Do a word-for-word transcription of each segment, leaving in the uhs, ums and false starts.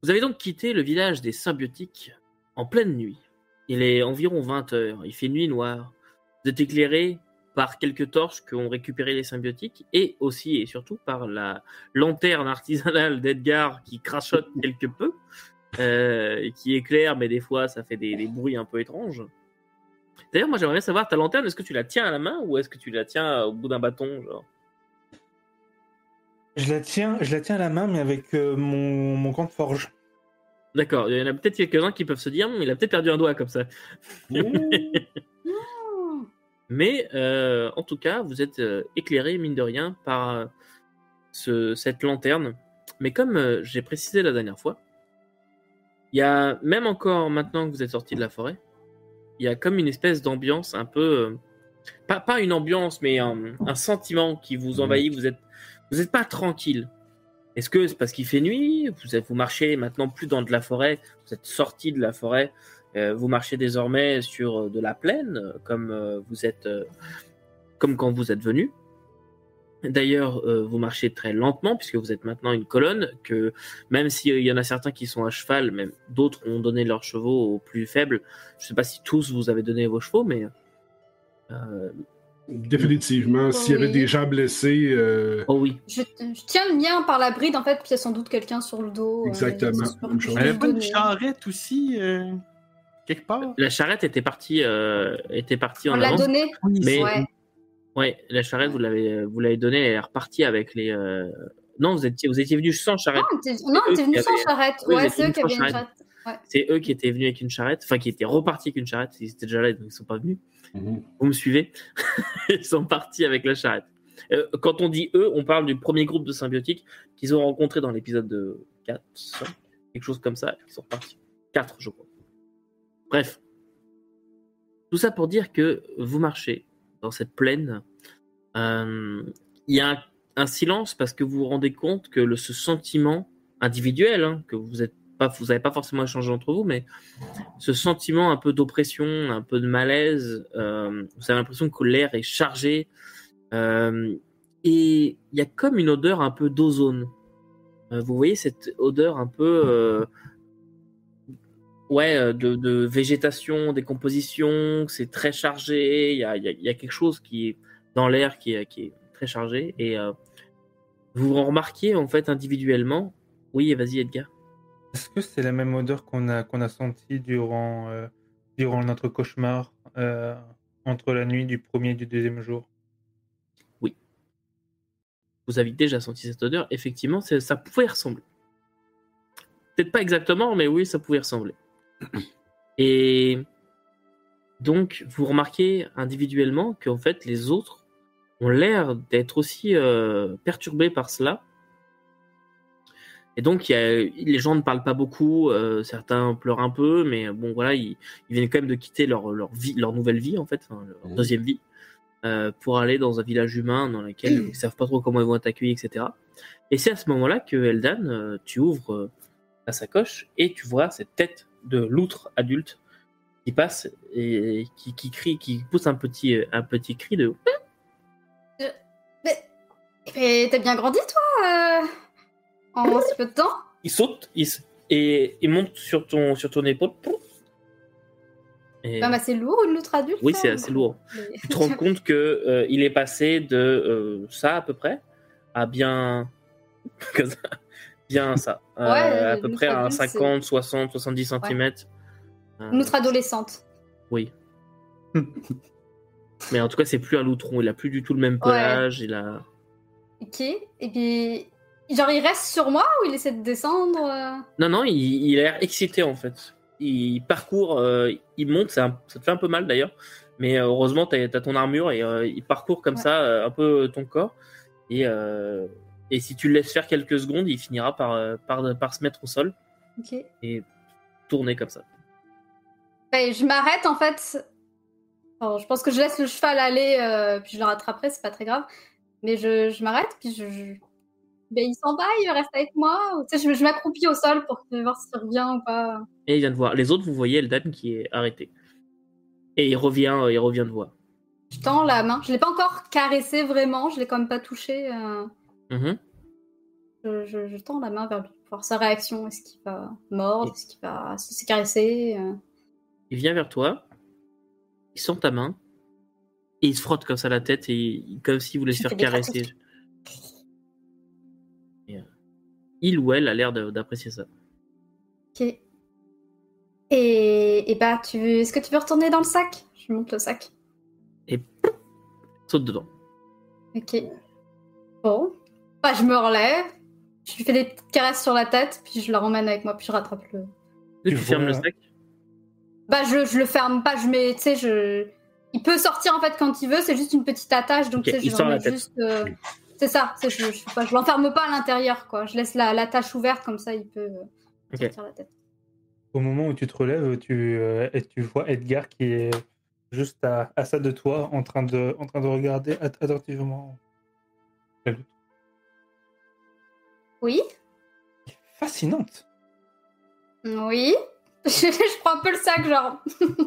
Vous avez donc quitté le village des Symbiotiques en pleine nuit. Il est environ vingt heures, il fait nuit noire. Vous êtes éclairé par quelques torches qu'ont récupéré les Symbiotiques et aussi et surtout par la lanterne artisanale d'Edgar qui crachote quelque peu, euh, et qui éclaire, mais des fois ça fait des, des bruits un peu étranges. D'ailleurs, moi j'aimerais bien savoir, ta lanterne, est-ce que tu la tiens à la main ou est-ce que tu la tiens au bout d'un bâton, genre? Je la tiens, je la tiens à la main, mais avec euh, mon, mon camp de forge. D'accord, il y en a peut-être quelques-uns qui peuvent se dire, il a peut-être perdu un doigt comme ça. Mais euh, en tout cas, vous êtes euh, éclairé, mine de rien, par euh, ce, cette lanterne. Mais comme euh, j'ai précisé la dernière fois, il y a, même encore maintenant que vous êtes sorti de la forêt, il y a comme une espèce d'ambiance un peu... Euh, pas, pas une ambiance, mais un, un sentiment qui vous envahit. Vous êtes, vous êtes pas tranquille. Est-ce que c'est parce qu'il fait nuit? Vous, êtes, vous marchez maintenant plus dans de la forêt, vous êtes sorti de la forêt, euh, vous marchez désormais sur de la plaine, comme euh, vous êtes, euh, comme quand vous êtes venu. D'ailleurs, euh, vous marchez très lentement puisque vous êtes maintenant une colonne. Que même s'il y en a certains qui sont à cheval, même d'autres ont donné leurs chevaux aux plus faibles. Je ne sais pas si tous vous avez donné vos chevaux, mais euh, définitivement, Oh, s'il y avait oui. des gens blessés, euh, oh oui. Je, je tiens le mien par la bride, en fait, puis il y a sans doute quelqu'un sur le dos. euh, Exactement, c'est sûr même que chose. je Elle vais avait pas une donner. charrette aussi, euh, quelque part? La charrette était partie, euh, était partie On en l'a avance. donné. Oui, Mais- Ouais. Ouais, la charrette, vous l'avez, vous l'avez donnée, elle est repartie avec les. Euh... Non, vous étiez, vous étiez venu sans charrette. Non, t'es, non, eux t'es venu qui sans avaient- charrette. Oui, Ouais, ils c'est étaient eux qui venus avaient sans une charrette. charrette. Ouais. C'est eux qui étaient venus avec une charrette, enfin qui étaient repartis avec une charrette. Ils étaient déjà là, donc ils sont pas venus. Mhm. Vous me suivez? Ils sont partis avec la charrette. Euh, quand on dit eux, on parle du premier groupe de symbiotiques qu'ils ont rencontré dans l'épisode de quatre, cinq, quelque chose comme ça. Ils sont partis. quatre, je crois. Bref. Tout ça pour dire que vous marchez dans cette plaine. Euh, Il y a un, un silence parce que vous vous rendez compte que le, ce sentiment individuel, hein, que vous êtes pas, vous n'avez pas forcément échangé entre vous, mais ce sentiment un peu d'oppression, un peu de malaise, euh, vous avez l'impression que l'air est chargé, euh, et il y a comme une odeur un peu d'ozone. Euh, vous voyez cette odeur un peu, euh, ouais, de, de végétation, décomposition, c'est très chargé. Il y a, il y a, il y a quelque chose qui est dans l'air qui est, qui est très chargé, et euh, vous en remarquez en fait individuellement. Oui, vas-y Edgar. Est-ce que c'est la même odeur qu'on a, qu'on a sentie durant, euh, durant notre cauchemar euh, entre la nuit du premier et du deuxième jour? Vous avez déjà senti cette odeur, effectivement, c'est- ça pouvait y ressembler. Peut-être pas exactement, mais oui, ça pouvait y ressembler. Et donc, vous remarquez individuellement qu'en fait, les autres ont l'air d'être aussi euh, perturbés par cela. Et donc, il y a, les gens ne parlent pas beaucoup, euh, certains pleurent un peu, mais bon, voilà, ils, ils viennent quand même de quitter leur, leur, vie, leur nouvelle vie, en fait, enfin, leur Mhm. deuxième vie. Euh, pour aller dans un village humain dans lequel ils ne savent pas trop comment ils vont être accueillis, et cetera. Et c'est à ce moment-là que Eldan, euh, tu ouvres euh, la sacoche et tu vois cette tête de loutre adulte qui passe et qui, qui crie, qui pousse un petit, un petit cri de. Mais, mais t'as bien grandi, toi, euh, en si peu de temps? Il saute il, s- et il monte sur ton, sur ton épaule. Et C'est assez lourd, une loutre adulte. oui, ça, c'est ou- assez lourd. Mais- Tu te rends compte que euh, il est passé de euh, ça à peu près à bien. comme ça, bien ça. Euh, Ouais, à le peu loutre près à adulte, c'est- cinquante, soixante, soixante-dix centimètres. Une loutre adolescente. Oui. Mais en tout cas, c'est plus un loutron. Il a plus du tout le même pelage. Il a. Ok. Et puis, genre, il reste sur moi ou il essaie de descendre euh Non, non, il, il a l'air excité en fait. Il parcourt, euh, il monte. C'est un- ça te fait un peu mal d'ailleurs. Mais euh, heureusement, t'as as ton armure et euh, il parcourt comme Ouais. ça euh, un peu ton corps. Et, euh, et si tu le laisses faire quelques secondes, il finira par, euh, par, par se mettre au sol Ok. et tourner comme ça. Ben, je m'arrête en fait. Alors, je pense que je laisse le cheval aller, euh, puis je le rattraperai, c'est pas très grave. Mais je, je m'arrête, puis je. je- Ben, il s'en va, il reste avec moi. Ou, tu sais, je, je m'accroupis au sol pour voir s'il revient ou pas. Et il vient de voir. Les autres, vous voyez Eldan qui est arrêté. Et il revient, euh, il revient de voir. Je tends la main. Je l'ai pas encore caressé vraiment, je l'ai quand même pas touché. euh, Mhm. Je, je, je tends la main vers lui pour voir sa réaction. Est-ce qu'il va mordre? Est-ce qu'il va se caresser? euh... Il vient vers toi, il sent ta main, et il se frotte comme ça la tête, et il- comme s'il voulait Je se faire fais des caresser. gratouilles. Et, euh, il ou elle a l'air de- d'apprécier ça. Ok. Et, et bah, tu veux... est-ce que tu veux retourner dans le sac? Je lui monte le sac. Et pouf, saute dedans. Ok. Bon. Bah, je me relève. Je lui fais des petites caresses sur la tête, puis je la ramène avec moi, puis je rattrape le... Est-ce que Tu tu fermes vois- le sac? Bah, je, je le ferme pas, je mets, tu sais, je... Il peut sortir, en fait, quand il veut, c'est juste une petite attache, donc, Ok, tu sais, il je sort remets la tête. juste... euh, C'est ça, c'est- je, je, fais pas- je l'enferme pas à l'intérieur, quoi. Je laisse la, la tâche ouverte, comme ça, il peut euh, Ok. sortir la tête. Au moment où tu te relèves, tu, euh, et tu vois Edgar qui est juste à, à ça de toi, en train de, en train de regarder att- attentivement. Elle est Oui? fascinante. Oui? Je, je prends un peu le sac, genre...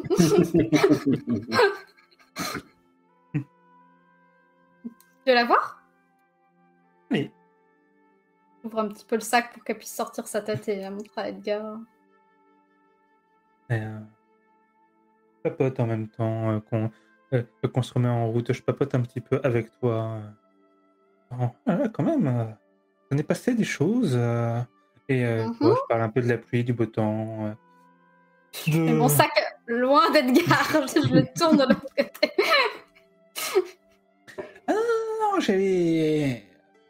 Tu veux la voir? Oui. J'ouvre un petit peu le sac pour qu'elle puisse sortir sa tête et la montrer à Edgar. Et, euh, je papote en même temps euh, qu'on euh, qu'on se remet en route. Je papote un petit peu avec toi. euh. Oh, ah là, quand même, euh, on est passé des choses. euh, et euh, tu Mhm. vois, je parle un peu de la pluie, du beau temps. euh, Je mets mon sac loin d'Edgar, je le tourne de l'autre côté. Ah non, j'avais.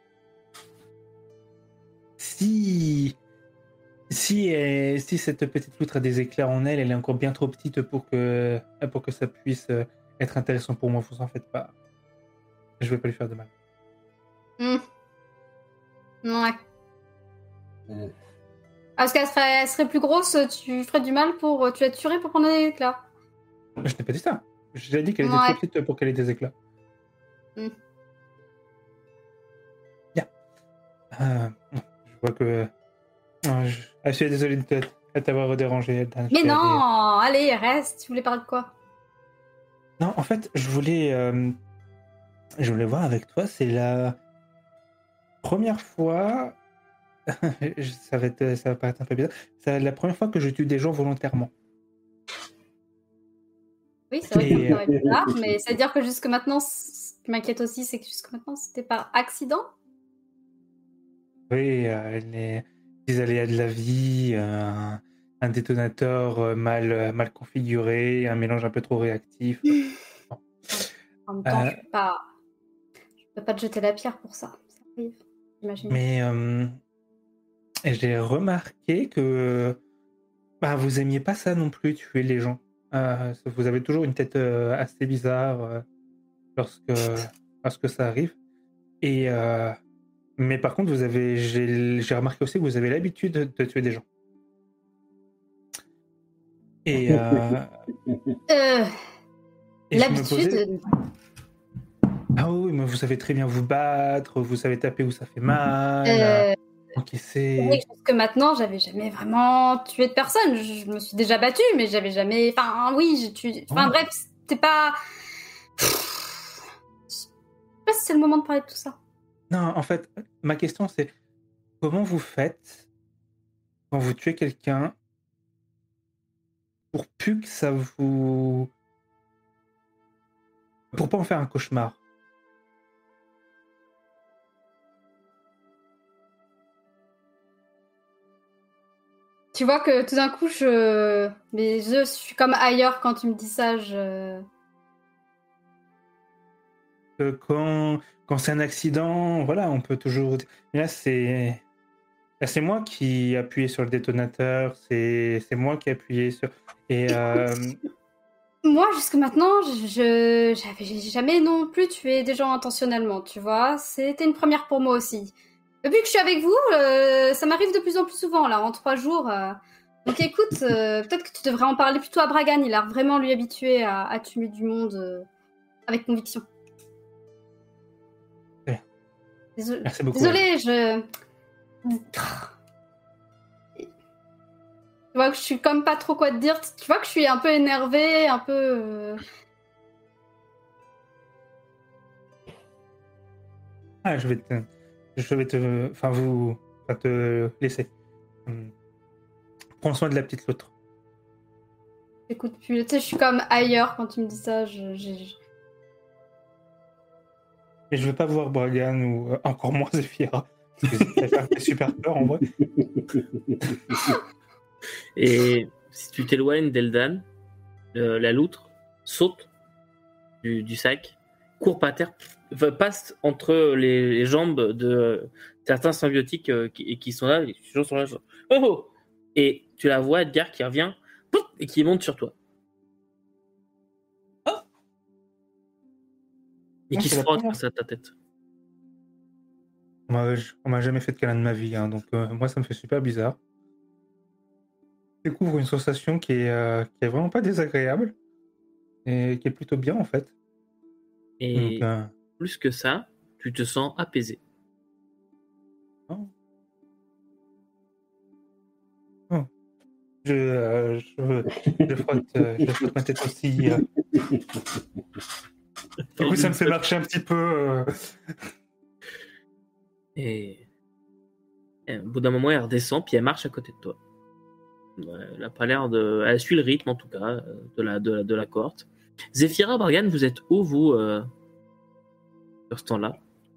Si. Si, euh, si cette petite loutre a des éclairs en elle, elle est encore bien trop petite pour que, pour que ça puisse euh, être intéressant pour moi. Vous en faites pas. Je vais pas lui faire de mal. Hmm. Ouais. Mm. Parce qu'elle serait, elle serait plus grosse, tu ferais du mal pour... Tu la tuerais pour prendre des éclats. Je n'ai pas dit ça. J'ai dit qu'elle était Ouais. trop petite pour qu'elle ait des éclats. Mm. Bien. Euh, je vois que. euh, je... Ah, je suis désolé de te- de t'avoir dérangé, Dan. Je Mais vais non, aller- allez, reste. Tu voulais parler de quoi? Non, en fait, je voulais. euh, Je voulais voir avec toi. C'est la première fois. Je- ça, va être... ça va paraître un peu bizarre. C'est la première fois que je tue des gens volontairement. Oui, c'est vrai que Et, ça paraît bizarre, mais c'est-à-dire que jusque maintenant, ce qui m'inquiète aussi, c'est que jusque maintenant, c'était par accident. Oui, euh, les, les aléas de la vie, euh, un, un détonateur euh, mal, euh, mal configuré, un mélange un peu trop réactif. Bon. En même temps, Euh, je peux pas... Je peux pas te jeter la pierre pour ça. Ça arrive, j'imagine. Mais euh, j'ai remarqué que bah, vous aimiez pas ça non plus, tuer les gens. Euh, vous avez toujours une tête euh, assez bizarre euh, lorsque, lorsque ça arrive. Et, euh, mais par contre, vous avez, j'ai j'ai remarqué aussi que vous avez l'habitude de, de tuer des gens. Et, euh, Euh, et je me L'habitude... posais- Ah oui, mais vous savez très bien vous battre, vous savez taper où ça fait mal, Euh, encaisser. C'est vrai que jusque maintenant, j'avais jamais vraiment tué de personne. Je me suis déjà battue, mais j'avais jamais. Enfin, oui, j'ai tué. Enfin, Oh. bref, c'était pas. Je sais pas si c'est le moment de parler de tout ça. Non, en fait, ma question c'est comment vous faites quand vous tuez quelqu'un pour plus que ça vous. Pour pas en faire un cauchemar. Tu vois que tout d'un coup, je. Mais je suis comme ailleurs quand tu me dis ça. Je. Que quand quand c'est un accident, voilà, on peut toujours. Mais là, c'est. Là, c'est moi qui ai appuyé sur le détonateur, c'est c'est moi qui ai appuyé sur. Et. euh, Moi, jusque maintenant, je je- j'avais jamais non plus tué des gens intentionnellement, tu vois. C'était une première pour moi aussi. Depuis que je suis avec vous, euh, ça m'arrive de plus en plus souvent, là, en trois jours. euh. Donc écoute, euh, peut-être que tu devrais en parler plutôt à Bragan. Il a vraiment lui habitué à, à tuer du monde euh, avec conviction. Ouais. Désolé, Merci beaucoup. Désolée, je... Tu vois que je suis comme pas trop quoi te dire. Tu vois que je suis un peu énervée, un peu... euh, Ah, je vais te. Je vais te. Enfin, vous. Enfin, te laisser. hum, prends soin de la petite loutre. Écoute, puis, tu sais, je suis comme ailleurs quand tu me dis ça. Je, j'ai- Et je veux pas voir Bragan ou euh, encore moins Zephyra. Parce que Zephyra fait super peur en vrai. Et si tu t'éloignes d'Eldan, euh, la loutre saute du, du sac, court par terre, va- passe entre les, les jambes de euh, certains symbiotiques euh, qui, qui sont là, et les gens sont là, genre, oh, oh et tu la vois, Edgar, qui revient pouf, et qui monte sur toi. Oh Et Non, qui c'est se la frotte première. face à ta tête. On m'a, on m'a jamais fait de câlin de ma vie, hein, donc euh, moi ça me fait super bizarre. Je découvre une sensation qui est, euh, qui est vraiment pas désagréable et qui est plutôt bien en fait. Et Donc, euh, plus que ça, tu te sens apaisé. oh. Oh. Je, euh, je, je, frotte, euh, je frotte ma tête aussi. euh. Du coup, ça me fait marcher un petit peu. euh. Et... et au bout d'un moment, elle redescend, puis elle marche à côté de toi. Ouais, elle a pas l'air de... Elle suit le rythme, en tout cas, euh, de la, de la, de la cohorte. Zephyra, Bargan, vous êtes où, vous, euh, sur ce temps-là?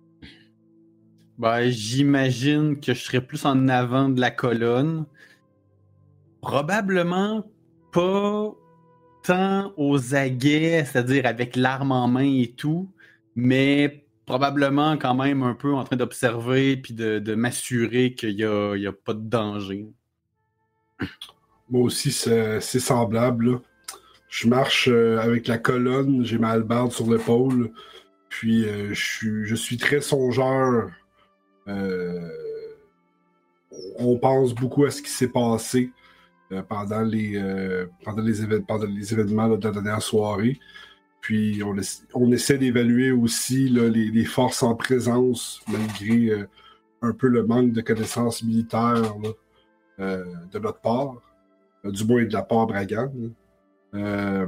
Ben, j'imagine que je serais plus en avant de la colonne. Probablement pas tant aux aguets, c'est-à-dire avec l'arme en main et tout, mais probablement quand même un peu en train d'observer puis de, de m'assurer qu'il n'y a, il y a pas de danger. Moi aussi, c'est, c'est semblable. Là. Je marche euh, avec la colonne, j'ai ma hallebarde sur l'épaule, puis euh, je, suis, je suis très songeur. Euh, on pense beaucoup à ce qui s'est passé euh, pendant, les, euh, pendant, les évén- pendant les événements là, de la dernière soirée. Puis on, essa- on essaie d'évaluer aussi là, les, les forces en présence, malgré euh, un peu le manque de connaissances militaires là, euh, de notre part, euh, du moins de la part Bragan. Euh,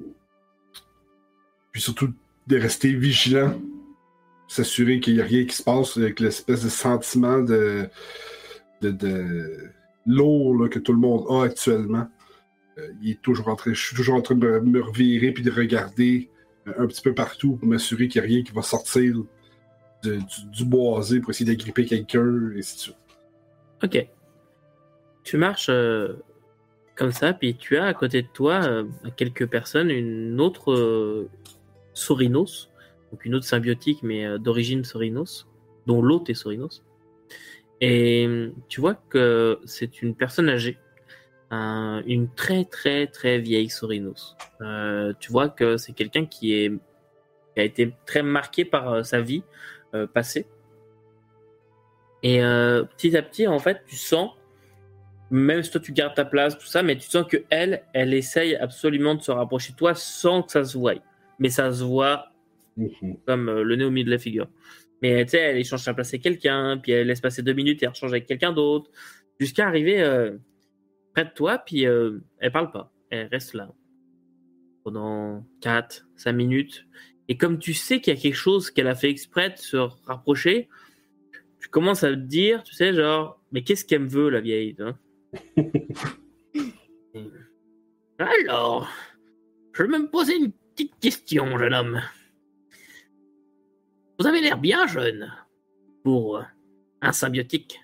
puis surtout de rester vigilant, s'assurer qu'il n'y a rien qui se passe avec l'espèce de sentiment de, de, de lourd là, que tout le monde a actuellement. Euh, il est toujours en train, je suis toujours en train de me, me revirer puis de regarder euh, un petit peu partout pour m'assurer qu'il n'y a rien qui va sortir de, du, du boisé pour essayer d'agripper quelqu'un, et ainsi de suite. Ok. Tu marches euh, comme ça, puis tu as à côté de toi, euh, à quelques personnes, une autre euh, Sorinos, donc une autre symbiotique, mais euh, d'origine Sorinos, dont l'hôte est Sorinos. Et euh, tu vois que c'est une personne âgée, un- une très très très vieille Sorinos. Euh, tu vois que c'est quelqu'un qui, est, qui a été très marqué par euh, sa vie euh, passée. Et euh, petit à petit, en fait, tu sens, même si toi tu gardes ta place, tout ça, mais tu sens que elle, elle essaye absolument de se rapprocher de toi sans que ça se voie. Mais ça se voit Mhm. comme euh, le nez au milieu de la figure. Mais tu sais, elle échange sa place avec quelqu'un, puis elle laisse passer deux minutes et elle rechange avec quelqu'un d'autre, jusqu'à arriver euh, près de toi, puis euh, elle parle pas. Elle reste là pendant quatre, cinq minutes. Et comme tu sais qu'il y a quelque chose qu'elle a fait exprès de se rapprocher, tu commences à te dire, tu sais, genre, mais qu'est-ce qu'elle me veut, la vieille, hein? Alors, je vais me poser une petite question, jeune homme. Vous avez l'air bien jeune pour un symbiotique.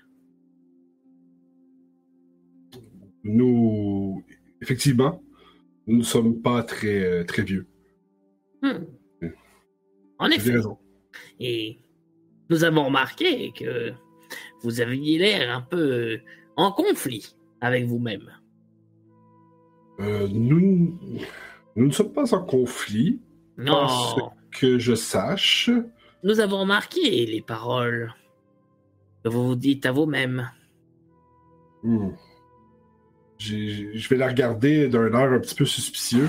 Nous, effectivement, nous ne sommes pas très, euh, très vieux. Hmm. En Vous avez effet. raison. Et nous avons remarqué que vous aviez l'air un peu en conflit avec vous-même. Euh, nous, nous ne sommes pas en conflit, pas ce Non, que je sache. nous avons remarqué les paroles que vous vous dites à vous-même. Hmm. J'ai- j'ai- Je vais la regarder d'un air un petit peu suspicieux.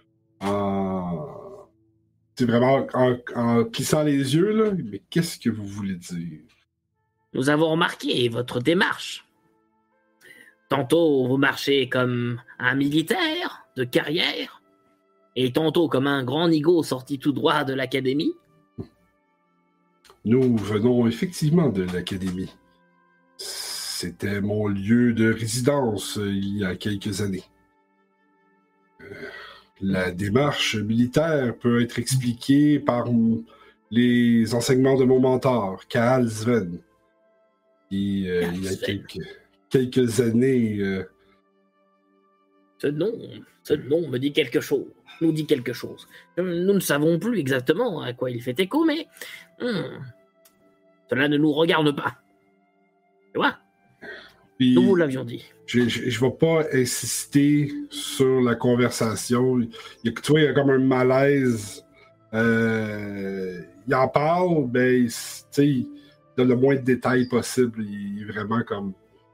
En... C'est vraiment en, en plissant les yeux, là. Mais qu'est-ce que vous voulez dire? Nous avons remarqué votre démarche. Tantôt, vous marchez comme un militaire de carrière, et tantôt comme un grand nigo sorti tout droit de l'académie. Nous venons effectivement de l'académie. c'était mon lieu de résidence euh, il y a quelques années. Euh, la démarche militaire peut être expliquée par m- les enseignements de mon mentor, Kaal Sven, qui, euh, il y a Sven. quelques, quelques années... euh, Ce nom, ce nom me dit quelque chose, nous dit quelque chose. Nous ne savons plus exactement à quoi il fait écho, mais hmm, cela ne nous regarde pas. Tu vois, puis- nous vous l'avions dit. Je ne vais pas insister sur la conversation. Il y a, tu vois, il y a comme un malaise. Euh, il en parle, ben, il, tu sais, il donne le moins de détails possible. Il est vraiment comme...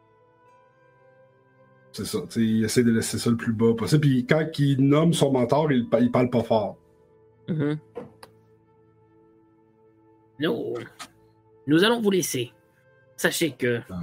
C'est ça, tu sais, il essaie de laisser ça le plus bas possible. Puis quand il nomme son mentor, il, il parle pas fort. Mhm. Nous, nous allons vous laisser. Sachez que Ah.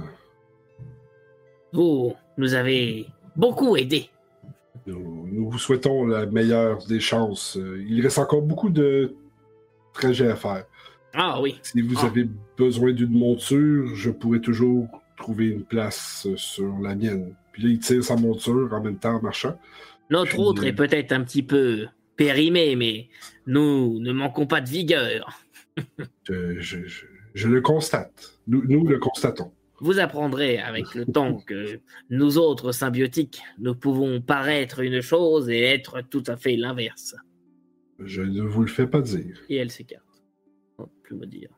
vous nous avez beaucoup aidés. Nous, nous vous souhaitons la meilleure des chances. Euh, Il reste encore beaucoup de trajets à faire. Ah oui, Si vous Ah. avez besoin d'une monture, je pourrais toujours trouver une place euh, sur la mienne. Puis là, il tire sa monture en même temps en marchant. notre Puis, autre euh, est peut-être un petit peu périmé, mais nous ne manquons pas de vigueur. Je, je- je- je le constate. Nous, nous le constatons. Vous apprendrez avec le temps que nous autres symbiotiques, nous pouvons paraître une chose et être tout à fait l'inverse. Je ne vous le fais pas dire. Et elle s'écarte. On ne peut plus me dire.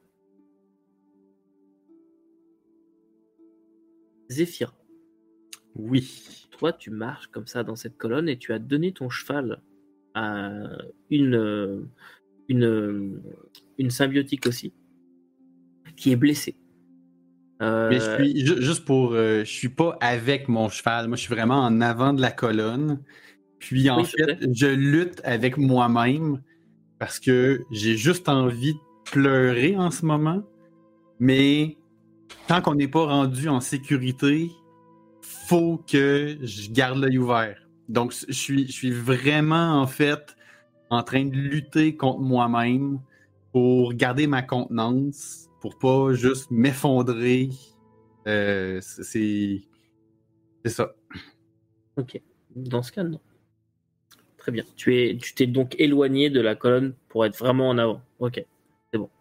Zéphyr, Oui. toi tu marches comme ça dans cette colonne et tu as donné ton cheval à une, euh, une, euh, une symbiotique aussi, qui est blessée. Euh, Mais je suis ju- juste pour. euh, je suis pas avec mon cheval. Moi, je suis vraiment en avant de la colonne. Puis en Oui, je fait, sais. je lutte avec moi-même parce que j'ai juste envie de pleurer en ce moment. Mais tant qu'on n'est pas rendu en sécurité, faut que je garde l'œil ouvert. Donc, je suis, je suis vraiment en fait en train de lutter contre moi-même pour garder ma contenance, pour pas juste m'effondrer. Euh, c'est c'est ça. Ok. Dans ce cas, non. Très bien. Tu es, tu t'es donc éloigné de la colonne pour être vraiment en avant. Ok. C'est bon.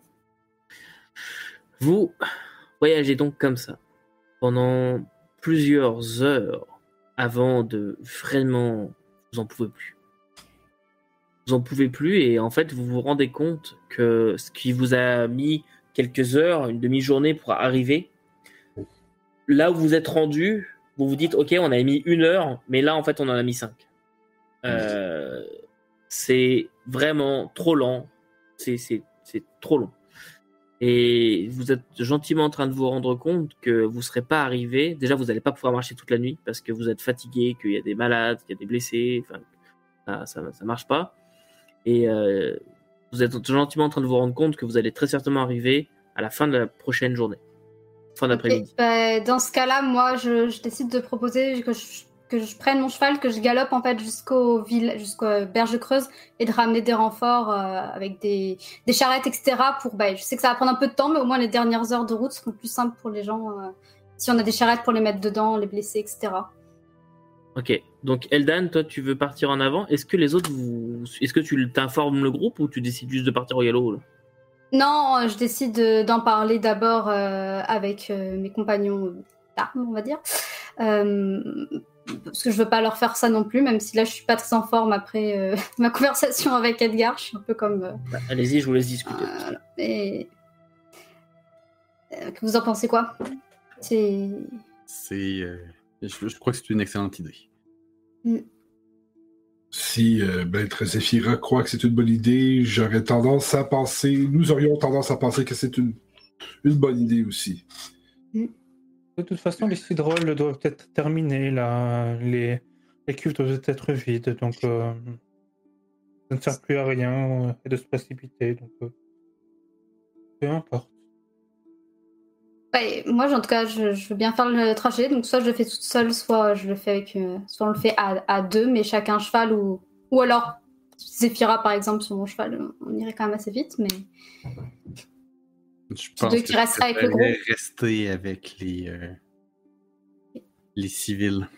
Vous voyagez donc comme ça pendant plusieurs heures avant de vraiment vous en pouvez plus. Vous en pouvez plus et en fait vous vous rendez compte que ce qui vous a mis quelques heures, une demi-journée pour arriver, là où vous êtes rendu, vous vous dites ok on a mis une heure, mais là en fait on en a mis cinq. Euh, c'est vraiment trop lent, c'est, c'est, c'est trop long. Et vous êtes gentiment en train de vous rendre compte que vous ne serez pas arrivé. Déjà, vous n'allez pas pouvoir marcher toute la nuit parce que vous êtes fatigué, qu'il y a des malades, qu'il y a des blessés. Enfin, ça, ça, ça marche pas. Et euh, vous êtes gentiment en train de vous rendre compte que vous allez très certainement arriver à la fin de la prochaine journée, fin d'après-midi. Ok, bah, dans ce cas-là, moi, je, je décide de proposer que je, que je prenne mon cheval, que je galope en fait jusqu'au ville, jusqu'aux berges creuses et de ramener des renforts euh, avec des, des charrettes, et cetera. Pour, bah, je sais que ça va prendre un peu de temps, mais au moins les dernières heures de route seront plus simples pour les gens. Euh, si on a des charrettes pour les mettre dedans, les blessés, et cetera. Ok, donc Eldan, toi tu veux partir en avant. Est-ce que les autres, vous... est-ce que tu t'informes le groupe ou tu décides juste de partir au galop là? Non, je décide de- d'en parler d'abord euh, avec euh, mes compagnons d'armes, on va dire. Euh, parce que je veux pas leur faire ça non plus, même si là je suis pas très en forme après euh, ma conversation avec Edgar. Je suis un peu comme. euh, Bah, allez-y, je vous laisse discuter. voilà. Et... Euh, que vous en pensez quoi? C'est. C'est. euh, je, je crois que c'est une excellente idée. Si euh, Maître Zéphira croit que c'est une bonne idée, j'aurais tendance à penser, nous aurions tendance à penser que c'est une, une bonne idée aussi. De toute façon, les sidrolles doivent être terminées, là. Les, les cuves doivent être vides, donc euh, ça ne sert plus à rien euh, de se précipiter. Donc, euh, peu importe. Ouais, moi, en tout cas, je, je veux bien faire le trajet. Donc, soit je le fais toute seule, soit je le fais avec, euh, soit on le fait à, à deux, mais chacun cheval ou ou alors Zéphira, par exemple, sur mon cheval, on irait quand même assez vite, mais. Je deux pense qui que je resteraient avec le préférerais groupe. rester avec les, euh, les civils.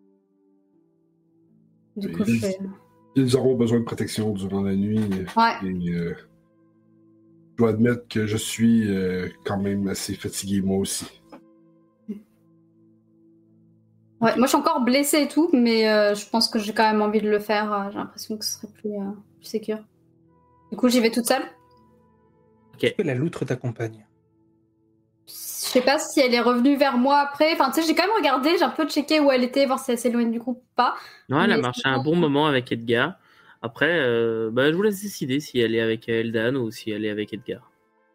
Du coup, Ils- je fais... Ils auront besoin de protection durant la nuit. Ouais. Et, euh, je dois admettre que je suis euh, quand même assez fatigué, moi aussi. Ouais, moi je suis encore blessée et tout, mais euh, je pense que j'ai quand même envie de le faire. euh, J'ai l'impression que ce serait plus, euh, plus sécure. Du coup, j'y vais toute seule. Est-ce que la loutre t'accompagne? Je sais pas si elle est revenue vers moi après. Enfin, tu sais, j'ai quand même regardé, j'ai un peu checké où elle était, voir si elle s'éloigne du groupe ou pas. Non, elle a Mais marché sinon- un bon moment avec Edgar. Après, euh, bah, je vous laisse décider si elle est avec Eldan ou si elle est avec Edgar.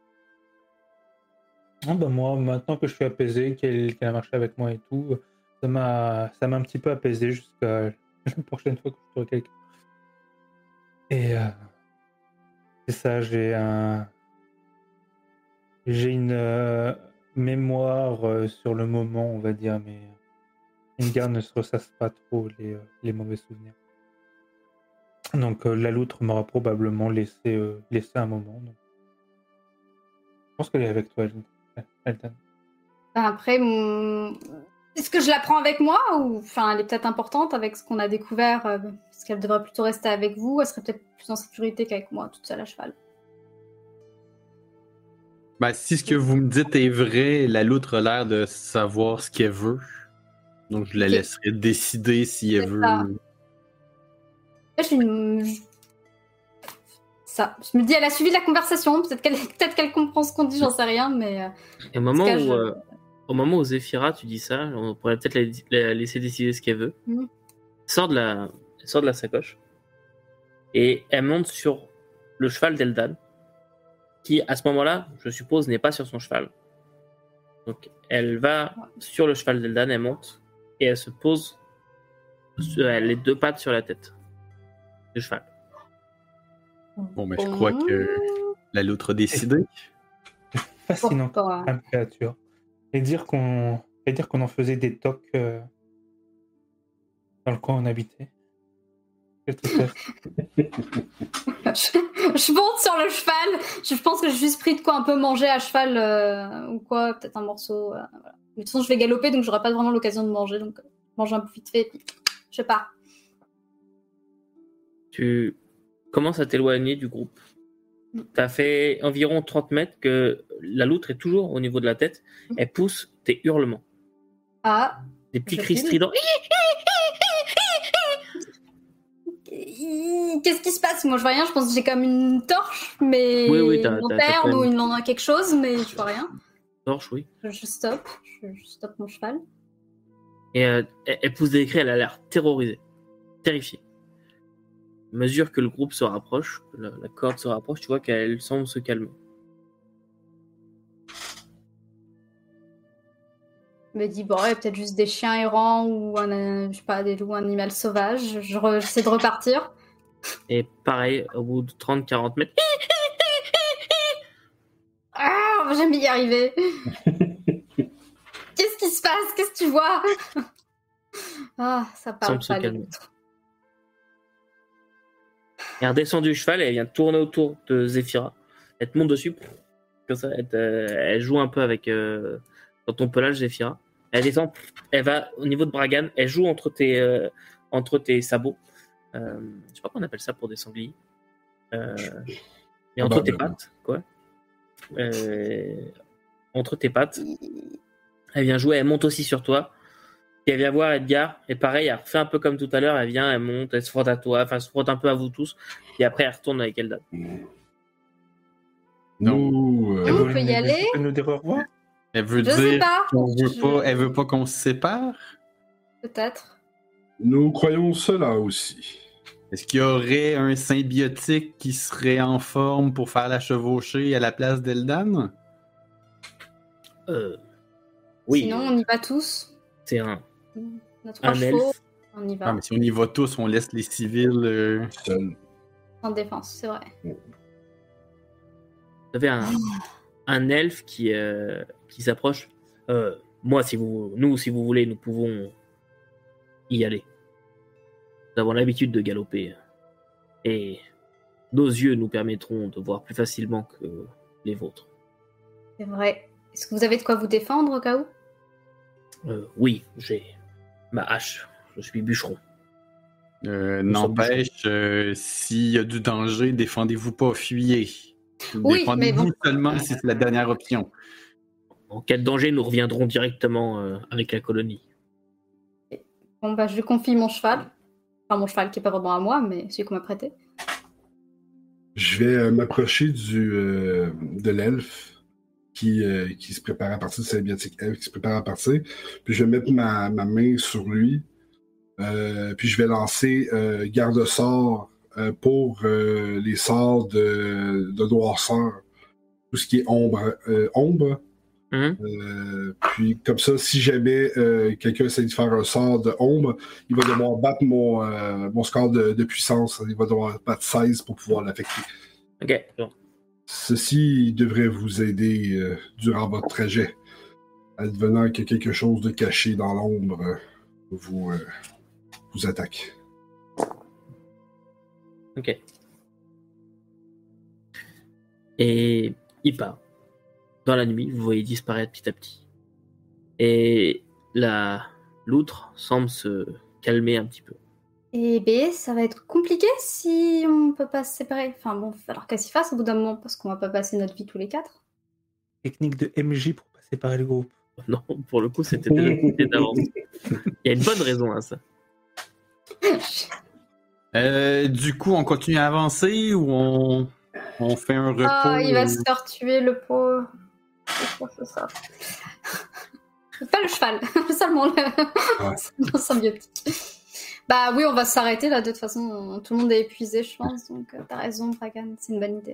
Ah bah moi, maintenant que je suis apaisé, qu'elle qu'elle a marché avec moi et tout, ça m'a ça m'a un petit peu apaisé jusqu'à la prochaine fois que je trouve quelqu'un. Et euh, c'est ça, j'ai un j'ai une euh, mémoire euh, sur le moment, on va dire, mais Edgar ne se ressasse pas trop les, euh, les mauvais souvenirs. Donc euh, la loutre m'aura probablement laissé euh, laissé un moment. Donc. Je pense qu'elle est avec toi, Eldan. Ben, après, mon... est-ce que je la prends avec moi ou enfin, elle est peut-être importante avec ce qu'on a découvert euh, parce qu'elle devrait plutôt rester avec vous. Elle serait peut-être plus en sécurité qu'avec moi, toute seule à cheval. Ben, si ce que vous me dites est vrai, la loutre a l'air de savoir ce qu'elle veut. Donc, je la Ok. laisserai décider si elle C'est veut. ça. Je suis une... je- Ça. Je me dis, elle a suivi la conversation. Peut-être qu'elle peut-être qu'elle comprend ce qu'on dit, j'en sais rien, mais. euh, Et au moment, cas, où, je- euh, au moment où Zephyra, tu dis ça, on pourrait peut-être la, la laisser décider ce qu'elle veut. Mhm. Elle sort de la, elle sort de la sacoche et elle monte sur le cheval d'Eldan, qui à ce moment-là, je suppose, n'est pas sur son cheval. Donc elle va sur le cheval d'Eldan, elle monte et elle se pose sur- elle a les deux pattes sur la tête du cheval. Bon, mais je crois que la loutre a décidé. Fascinant Pourquoi comme créature. Et dire qu'on et dire qu'on en faisait des tocs euh, dans le coin où on habitait. Quelle tristesse. je, je monte sur le cheval. Je pense que j'ai juste pris de quoi un peu manger à cheval euh, ou quoi, peut-être un morceau. euh, voilà. Mais de toute façon, je vais galoper, donc j'aurai pas vraiment l'occasion de manger. Donc, euh, je mange un peu vite fait, puis je sais pas. Tu commences à t'éloigner du groupe. Tu as fait environ trente mètres que la loutre est toujours au niveau de la tête. Elle pousse tes hurlements. Ah, Des petits Je cris file. stridents. qu'est-ce qui se passe? Moi, je vois rien. Je pense que j'ai comme une torche, mais Oui, oui, t'as- une t'as- t'as lanterne quand ou même- une lan- quelque chose, mais je vois rien. Torche, oui. Je, je stoppe. Je, je stoppe mon cheval. Et euh, elle, elle pousse des cris, elle a l'air terrorisée, terrifiée. À mesure que le groupe se rapproche, que la, la corde se rapproche, tu vois qu'elle semble se calmer. Je me dis, bon, il y a peut-être juste des chiens errants ou un, euh, je sais pas, des loups, un animal sauvage. Je re- j'essaie de repartir. Et pareil, au bout de trente à quarante mètres, Ah, on va jamais y arriver. Qu'est-ce qui se passe? Qu'est-ce que tu vois? Ah, ça parle Semble se pas, les calmer. loutres. elle redescend du cheval et elle vient tourner autour de Zephyra. Elle te monte dessus, comme ça, elle, te- elle joue un peu avec euh, dans ton pelage, Zephyra. Elle descend, elle va au niveau de Bragan, elle joue entre tes, euh, entre tes sabots. Euh, je sais pas comment on appelle ça pour des sangliers. Euh, et entre tes Probablement. pattes, quoi. Euh, entre tes pattes. Elle vient jouer, elle monte aussi sur toi. Et elle vient voir Edgar. Et pareil, elle refait un peu comme tout à l'heure. Elle vient, elle monte, elle se frotte à toi, enfin, elle se frotte un peu à vous tous. Et après, elle retourne avec Eldan. Nous, euh, On Vous peut y voulez- aller? vous pouvez nous dire au revoir? Elle veut Je sais dire pas. qu'on veut Je- pas, elle veut pas qu'on se sépare. Peut-être. nous croyons cela aussi. Est-ce qu'il y aurait un symbiotique qui serait en forme pour faire la chevauchée à la place d'Eldan? Euh, oui, Sinon, on y va tous. c'est un, On a trois un chevaux. elfe. On y va. Ah, mais si on y va tous, on laisse les civils. euh, Seul. En défense, c'est vrai. Vous avez un, un elfe qui, euh, qui s'approche. Euh, moi, si vous, nous, si vous voulez, nous pouvons y aller. Nous avons l'habitude de galoper. Et nos yeux nous permettront de voir plus facilement que les vôtres. C'est vrai. Est-ce que vous avez de quoi vous défendre au cas où? Euh, oui, j'ai Ma hache. Je suis bûcheron. Euh, Nous sommes N'empêche, euh, s'il y a du danger, défendez-vous pas, fuyez. Oui, Défendez-vous mais bon. seulement si c'est la dernière option. En cas de danger, nous reviendrons directement euh, avec la colonie. Bon, bah, je lui confie mon cheval. Enfin, mon cheval qui est pas vraiment à moi, mais celui qu'on m'a prêté. Je vais euh, m'approcher du euh, de l'elfe qui, euh, qui se prépare à partir, de symbiotique elfe qui se prépare à partir. Puis je vais mettre ma, ma main sur lui. Euh, puis je vais lancer euh, garde-sort euh, pour euh, les sorts de, de noirceur. Tout ce qui est ombre. Euh, ombre. Hum? Euh, puis comme ça, si jamais euh, quelqu'un essaie de faire un sort de ombre, il va devoir battre mon, euh, mon score de, de puissance. Il va devoir battre seize pour pouvoir l'affecter. Ok. Bon. Ceci devrait vous aider euh, durant votre trajet. Advenant que quelque chose de caché dans l'ombre euh, vous, euh, vous attaque. Ok. Et il part. Dans la nuit, vous voyez disparaître petit à petit. Et la loutre semble se calmer un petit peu. Et B, ça va être compliqué si on peut pas se séparer. Enfin bon, il va falloir qu'elle s'y fasse au bout d'un moment, parce qu'on va pas passer notre vie tous les quatre. Technique de M J pour pas séparer le groupe. Non, pour le coup, c'était déjà décidé d'avance. Il y a une bonne raison à ça. Euh, du coup, on continue à avancer ou on, on fait un repos? Ah, il va ou- se faire tuer, le pauvre. C'est quoi, c'est ça? Pas le cheval, seulement le, Ouais. le symbiotique. Bah oui, on va s'arrêter là, de toute façon, tout le monde est épuisé, je pense, donc euh, t'as raison, Bragan, c'est une bonne idée.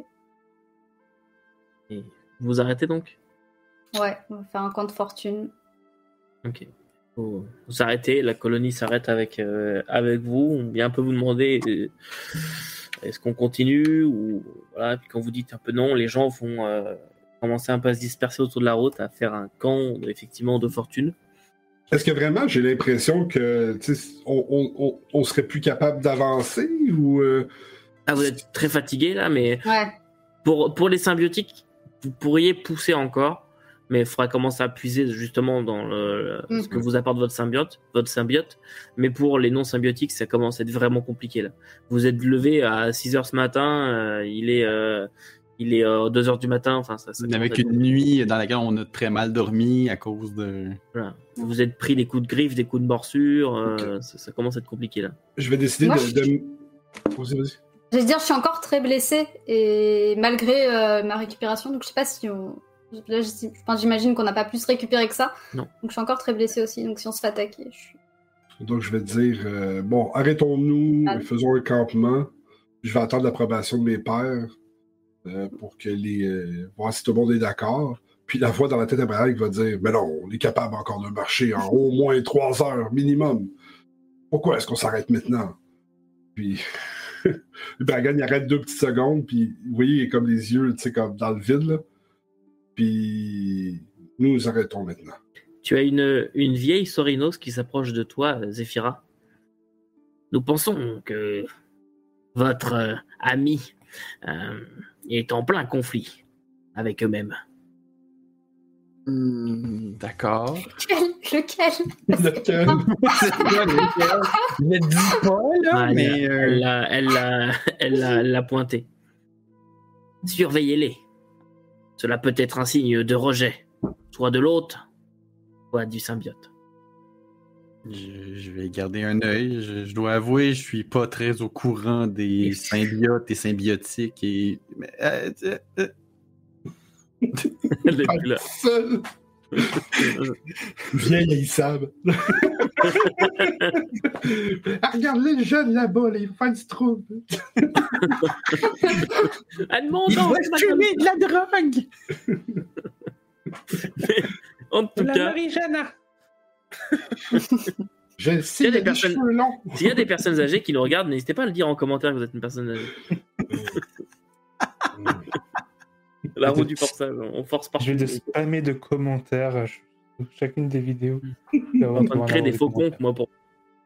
Et vous vous arrêtez donc? Ouais, on va faire un camp de fortune. Ok. Vous vous arrêtez, la colonie s'arrête avec, euh, avec vous. On vient un peu vous demander euh, est-ce qu'on continue ou voilà. Puis quand vous dites un peu non, les gens vont euh, commencer un peu à se disperser autour de la route, à faire un camp effectivement de fortune. Est-ce que vraiment j'ai l'impression que tu sais, on, on, on, on serait plus capable d'avancer ou euh, Ah, vous êtes très fatigué là, mais Ouais, pour, pour les symbiotiques, vous pourriez pousser encore, mais il faudra commencer à puiser justement dans le, Mhm. ce que vous apporte votre symbiote, votre symbiote. Mais pour les non symbiotiques, ça commence à être vraiment compliqué là. Vous êtes levé à six heures ce matin, euh, il est euh, il est euh, deux heures du matin, enfin ça. ça commence Avec à être- une nuit dans laquelle on a très mal dormi à cause de... voilà. Vous êtes pris des coups de griffe, des coups de morsure, euh, ça, ça commence à être compliqué là. je vais décider Moi, de. je- de... Vas-y, vas-y. je vais dire, je suis encore très blessée, et malgré euh, ma récupération, donc je sais pas si on... Là, je- enfin, j'imagine qu'on n'a pas plus récupéré que ça. Non. Donc je suis encore très blessée aussi, donc si on se fait attaquer, je suis... Donc je vais te dire euh, bon, arrêtons-nous, Ah. faisons un campement. Je vais attendre l'approbation de mes pères euh, pour que les. Euh, voir si tout le monde est d'accord. Puis la voix dans la tête à Brian qui va dire mais non, on est capable encore de marcher en au moins trois heures minimum. Pourquoi est-ce qu'on s'arrête maintenant? Puis Bragan il arrête deux petites secondes, puis vous voyez, il est comme les yeux, tu sais, comme dans le vide, là. Puis nous nous arrêtons maintenant. Tu as une, une vieille Sorinos qui s'approche de toi, Zéphira. Nous pensons que votre euh, ami euh, est en plein conflit avec eux-mêmes. Hmm, d'accord. Quel Lequel Lequel? Ne dis pas, là, Ah, mais... elle, euh, elle l'a- elle l'a- elle l'a- elle l'a pointé. Surveillez-les. Cela peut être un signe de rejet, soit de l'autre, soit du symbiote. Je, je vais garder un œil. Je, je dois avouer, je suis pas très au courant des symbiotes et symbiotiques et. mais, euh, euh, euh, Elle est plus là. Seul. Vieille haïssable. Ah, regarde-les, le jeune là-bas, là, il va faire du trouble. Edmond, Il non, va c'est pas fumer de la drogue! comme- En tout La cas, Marie-Jeanne. Je le sais, Il y a il des a des personnes- cheveux longs. s'il y a des personnes âgées qui nous regardent, n'hésitez pas à le dire en commentaire que vous êtes une personne âgée. La roue du forçage, on force par Je vais de spammer de commentaires sur chacune des vidéos. Je vais en avoir- train de créer des faux commentaires. comptes, moi, pour.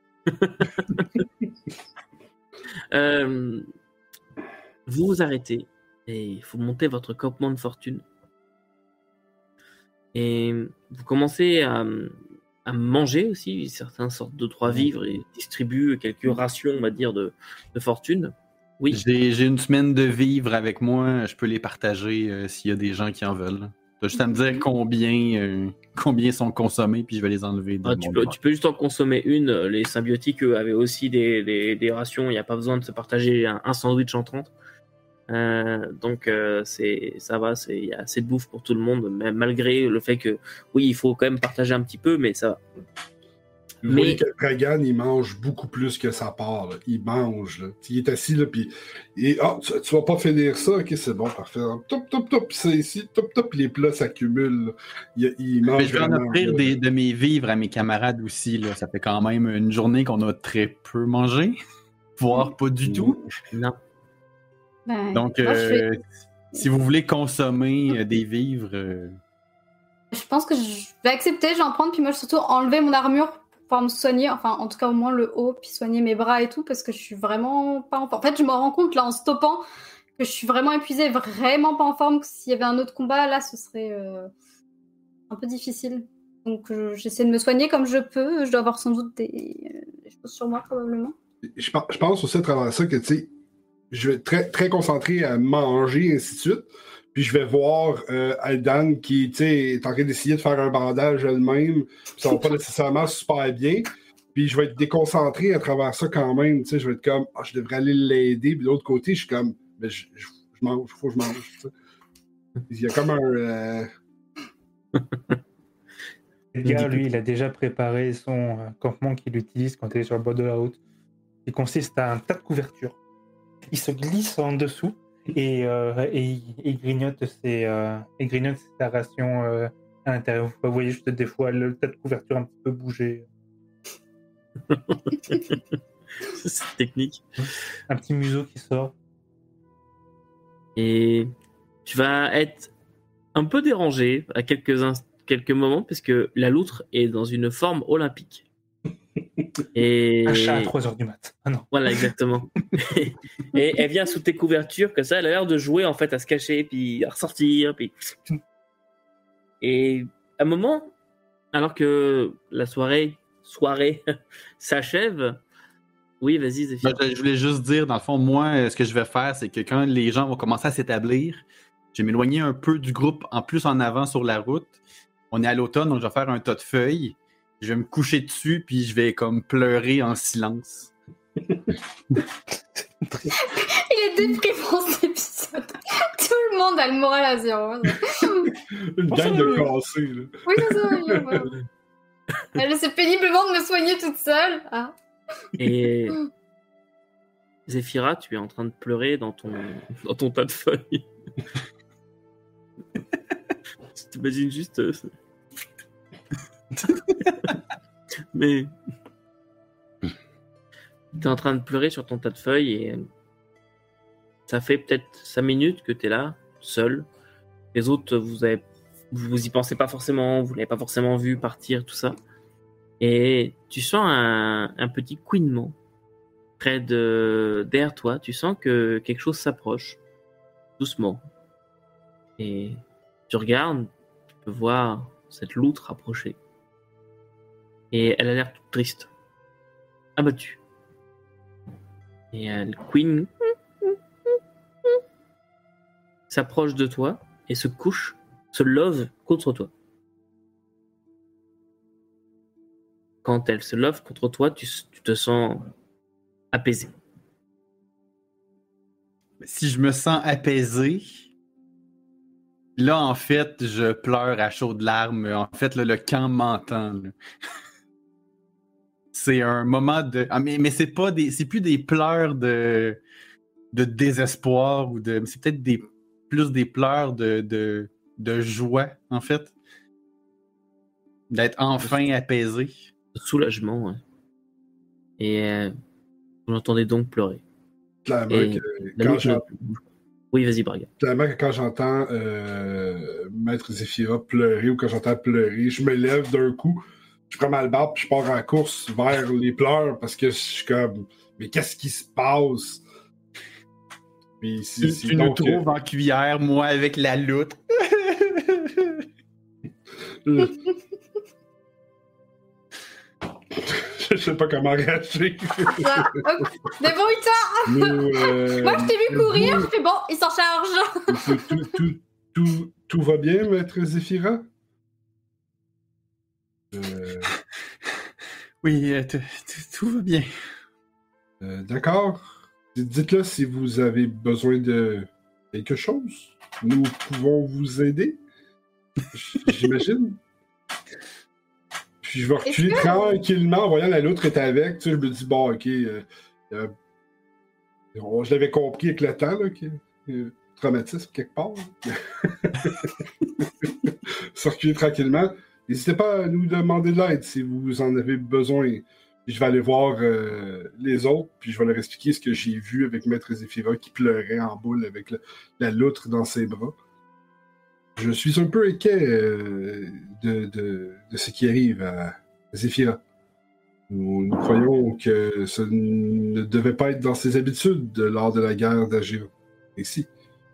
Euh, vous vous arrêtez et vous montez votre campement de fortune. Et vous commencez à, à manger aussi. Certains sortent de trois vivres et distribuent quelques rations, on va dire, de, de fortune. Oui. J'ai, j'ai une semaine de vivres avec moi. Je peux les partager euh, s'il y a des gens qui en veulent. T'as juste à me dire combien, euh, combien sont consommés, puis je vais les enlever. De Ah, mon tu, peux, tu peux juste en consommer une. Les symbiotiques, eux, avaient aussi des, des, des rations. Il n'y a pas besoin de se partager un, un sandwich en trente. Euh, donc, euh, c'est, ça va. Il y a assez de bouffe pour tout le monde, même malgré le fait que, oui, il faut quand même partager un petit peu, mais ça va. Vous Mais- voyez que Pragan, il mange beaucoup plus que sa part. Là. Il mange. Là. Il est assis, là, puis... Et, ah, tu, tu vas pas finir ça? OK, c'est bon, parfait. Top, top, top, puis c'est ici. Top, top, puis les plats s'accumulent. là. Il, il mange Mais je vais en vraiment, offrir là. des, de mes vivres à mes camarades aussi. Là. Ça fait quand même une journée qu'on a très peu mangé, voire pas du tout. Non. Ben, Donc, moi, je, fais- euh, si vous voulez consommer euh, des vivres, euh, je pense que je vais accepter, je vais en prendre, puis moi, je vais surtout enlever mon armure pour pouvoir me soigner, enfin, en tout cas, au moins le haut, puis soigner mes bras et tout, parce que je suis vraiment pas en forme. En fait, je me rends compte, là, en stoppant, que je suis vraiment épuisée, vraiment pas en forme, que s'il y avait un autre combat, là, ce serait euh, un peu difficile. Donc, je- j'essaie de me soigner comme je peux. Je dois avoir sans doute des, euh, des choses sur moi, probablement. Je, pe- je pense aussi à travers ça que, tu sais, je vais être très, très concentré à manger, et ainsi de suite. Puis je vais voir euh, Aldan qui, tu sais, est en train d'essayer de faire un bandage elle-même. Puis ça va pas nécessairement super bien. Puis je vais être déconcentré à travers ça quand même. Tu sais, je vais être comme, ah, je devrais aller l'aider. Puis de l'autre côté, je suis comme, mais je, je, je mange, il faut que je mange. Tu sais. Il y a comme un... euh, Edgar, lui, il a déjà préparé son euh, campement qu'il utilise quand il est sur le bord de la route. Il consiste à un tas de couvertures. Il se glisse en dessous et, euh, et, il- et il grignote ses, euh, il grignote sa ration euh, à l'intérieur. Vous voyez juste des fois le tas de couverture un petit peu bouger. C'est technique. Un petit museau qui sort. Et tu vas être un peu dérangé à quelques, inst- quelques moments parce que la loutre est dans une forme olympique. Et Un chat à trois heures du mat. Ah non. voilà, exactement. Et elle vient sous tes couvertures, comme ça, elle a l'air de jouer en fait à se cacher, puis à ressortir, puis. Et à un moment, alors que la soirée, soirée s'achève, oui, vas-y, Zéphir. ben, je voulais juste dire, dans le fond, moi, euh, ce que je vais faire, c'est que quand les gens vont commencer à s'établir, je vais m'éloigner un peu du groupe, en plus en avant sur la route. On est à l'automne, donc je vais faire un tas de feuilles. Je vais me coucher dessus, puis je vais comme pleurer en silence. Il est déprimant cet épisode. Tout le monde a le moral à zéro. une gang de cassés. Là. Oui, c'est ça. oui, voilà. Elle essaie péniblement de me soigner toute seule. Ah. Et Zéphira, tu es en train de pleurer dans ton, dans ton tas de feuilles. Tu t'imagines juste. euh, Mais. Tu es en train de pleurer sur ton tas de feuilles et. Ça fait peut-être cinq minutes que tu es là, seul. Les autres, vous avez. Vous y pensez pas forcément, vous l'avez pas forcément vu partir, tout ça. Et tu sens un, un petit couinement près de derrière toi. Tu sens que quelque chose s'approche doucement. Et tu regardes, tu peux voir cette loutre approcher. Et elle a l'air toute triste, abattue. Et elle couine, s'approche de toi et se couche, se love contre toi. Quand elle se love contre toi, tu, tu te sens apaisé. Si je me sens apaisé, là, en fait, je pleure à chaudes larmes. En fait, là, le camp m'entend. là. C'est un moment de... Ah, mais mais c'est pas des, c'est plus des pleurs de, de désespoir ou de... C'est peut-être des, plus des pleurs de, de, de joie, en fait. D'être enfin apaisé. Soulagement, ouais. Et euh, vous l'entendez donc pleurer. Clairement, Et que, la quand loutre j'en- ne- Oui, vas-y, Braga. clairement que quand j'entends euh, Maître Zéphira pleurer ou quand j'entends pleurer, je me lève d'un coup, je prends ma barbe puis je pars en course vers les pleurs parce que je suis comme, mais qu'est-ce qui se passe? Puis c'est, Tu, c'est tu nous donc, trouves en cuillère, moi avec la loutre. euh, je sais pas comment réagir. Ah, hop, débrouille-toi! Nous, euh, Moi, je t'ai vu courir, vous- je fais bon, il s'en charge. tout, tout, tout, tout, tout va bien, maître Zéphira? Euh, Oui, euh, tout- tout tout va bien. euh, D'accord. D- Dites-le si vous avez besoin de quelque chose. Nous pouvons vous aider. J- J'imagine. Puis je vais reculer Est-ce que- tranquillement en voyant la loutre est avec. Tu sais, je me dis, bon, ok. euh, euh, on- je l'avais compris avec le temps, là, que, euh, traumatisme quelque part. Se reculer tranquillement. N'hésitez pas à nous demander de l'aide si vous en avez besoin. Puis je vais aller voir euh, les autres, puis je vais leur expliquer ce que j'ai vu avec Maître Zéphira qui pleurait en boule avec le- la loutre dans ses bras. Je suis un peu inquiet euh, de, de, de ce qui arrive à Zéphira. Nous, nous croyons que ce ne devait pas être dans ses habitudes de- lors de la guerre d'agir ici.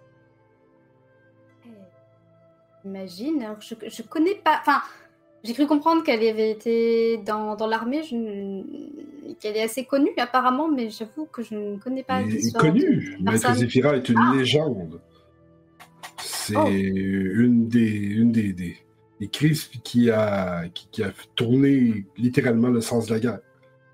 Imagine, alors je, je connais pas. Enfin, j'ai cru comprendre qu'elle avait été dans, dans l'armée, je ne- qu'elle est assez connue apparemment, mais j'avoue que je ne connais pas Il est l'histoire connu. de Maître personne. Zéphira est une Ah. légende. C'est Oh. une des, une des, des, des crises qui a, qui, qui a tourné littéralement le sens de la guerre.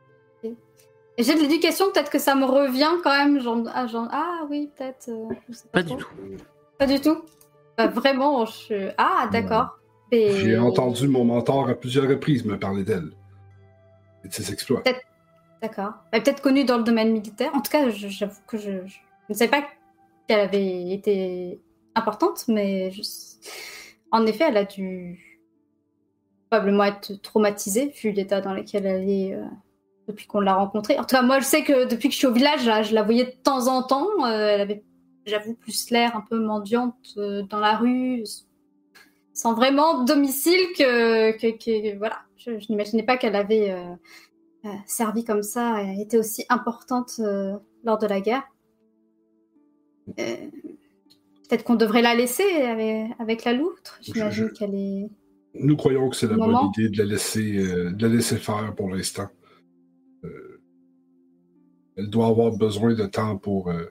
Et j'ai de l'éducation, peut-être que ça me revient quand même. Genre, ah, genre, ah oui, peut-être. euh, je sais Pas trop. du tout. Pas du tout. Bah, vraiment, je. Ah, d'accord. Mais- J'ai entendu mon mentor à plusieurs reprises me parler d'elle et de ses exploits. D'accord. Elle est peut-être connue dans le domaine militaire. En tout cas, je- j'avoue que je, je ne savais pas qu'elle avait été importante, mais je- en effet, elle a dû probablement être traumatisée vu l'état dans lequel elle est euh, depuis qu'on l'a rencontrée. En tout cas, moi, je sais que depuis que je suis au village, là, je la voyais de temps en temps. Euh, elle avait, j'avoue, plus l'air un peu mendiante euh, dans la rue, sans vraiment domicile que, que, que- voilà. Je, je n'imaginais pas qu'elle avait euh, euh, servi comme ça et était aussi importante euh, lors de la guerre. Euh, Peut-être qu'on devrait la laisser avec, avec la loutre. J'imagine Je- qu'elle est. Nous croyons que c'est la bonne Moment. idée de la laisser, euh, de la laisser faire pour l'instant. Euh, elle doit avoir besoin de temps pour euh,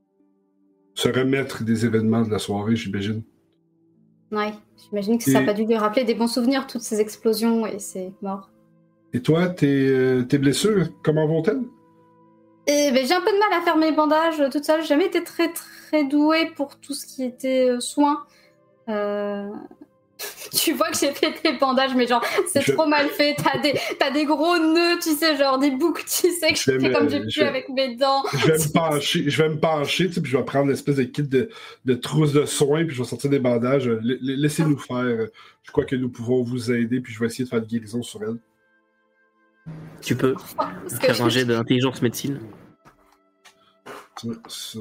se remettre des événements de la soirée, j'imagine. Ouais, j'imagine que ça n'a Et- pas dû lui rappeler des bons souvenirs, toutes ces explosions et ces morts. Et toi, tes, euh, tes blessures, comment vont-elles? Et ben, j'ai un peu de mal à faire mes bandages toute seule. J'ai jamais été très très douée pour tout ce qui était euh, soins. Euh, Tu vois que j'ai fait des bandages, mais genre, c'est Je- trop mal fait. T'as des, t'as des gros nœuds, tu sais, genre des boucles, tu sais, que Je vais je fais me- comme j'ai je pu vais- avec mes dents. Je vais me pencher, je vais me pencher, tu sais, puis je vais prendre l'espèce de kit de, de trousse de soins, puis je vais sortir des bandages. La- la- Laissez-nous faire. Je crois que nous pouvons vous aider, puis je vais essayer de faire de guérison sur elle. Tu peux Parce que faire un je- jet d'intelligence médecine. Ça, ça.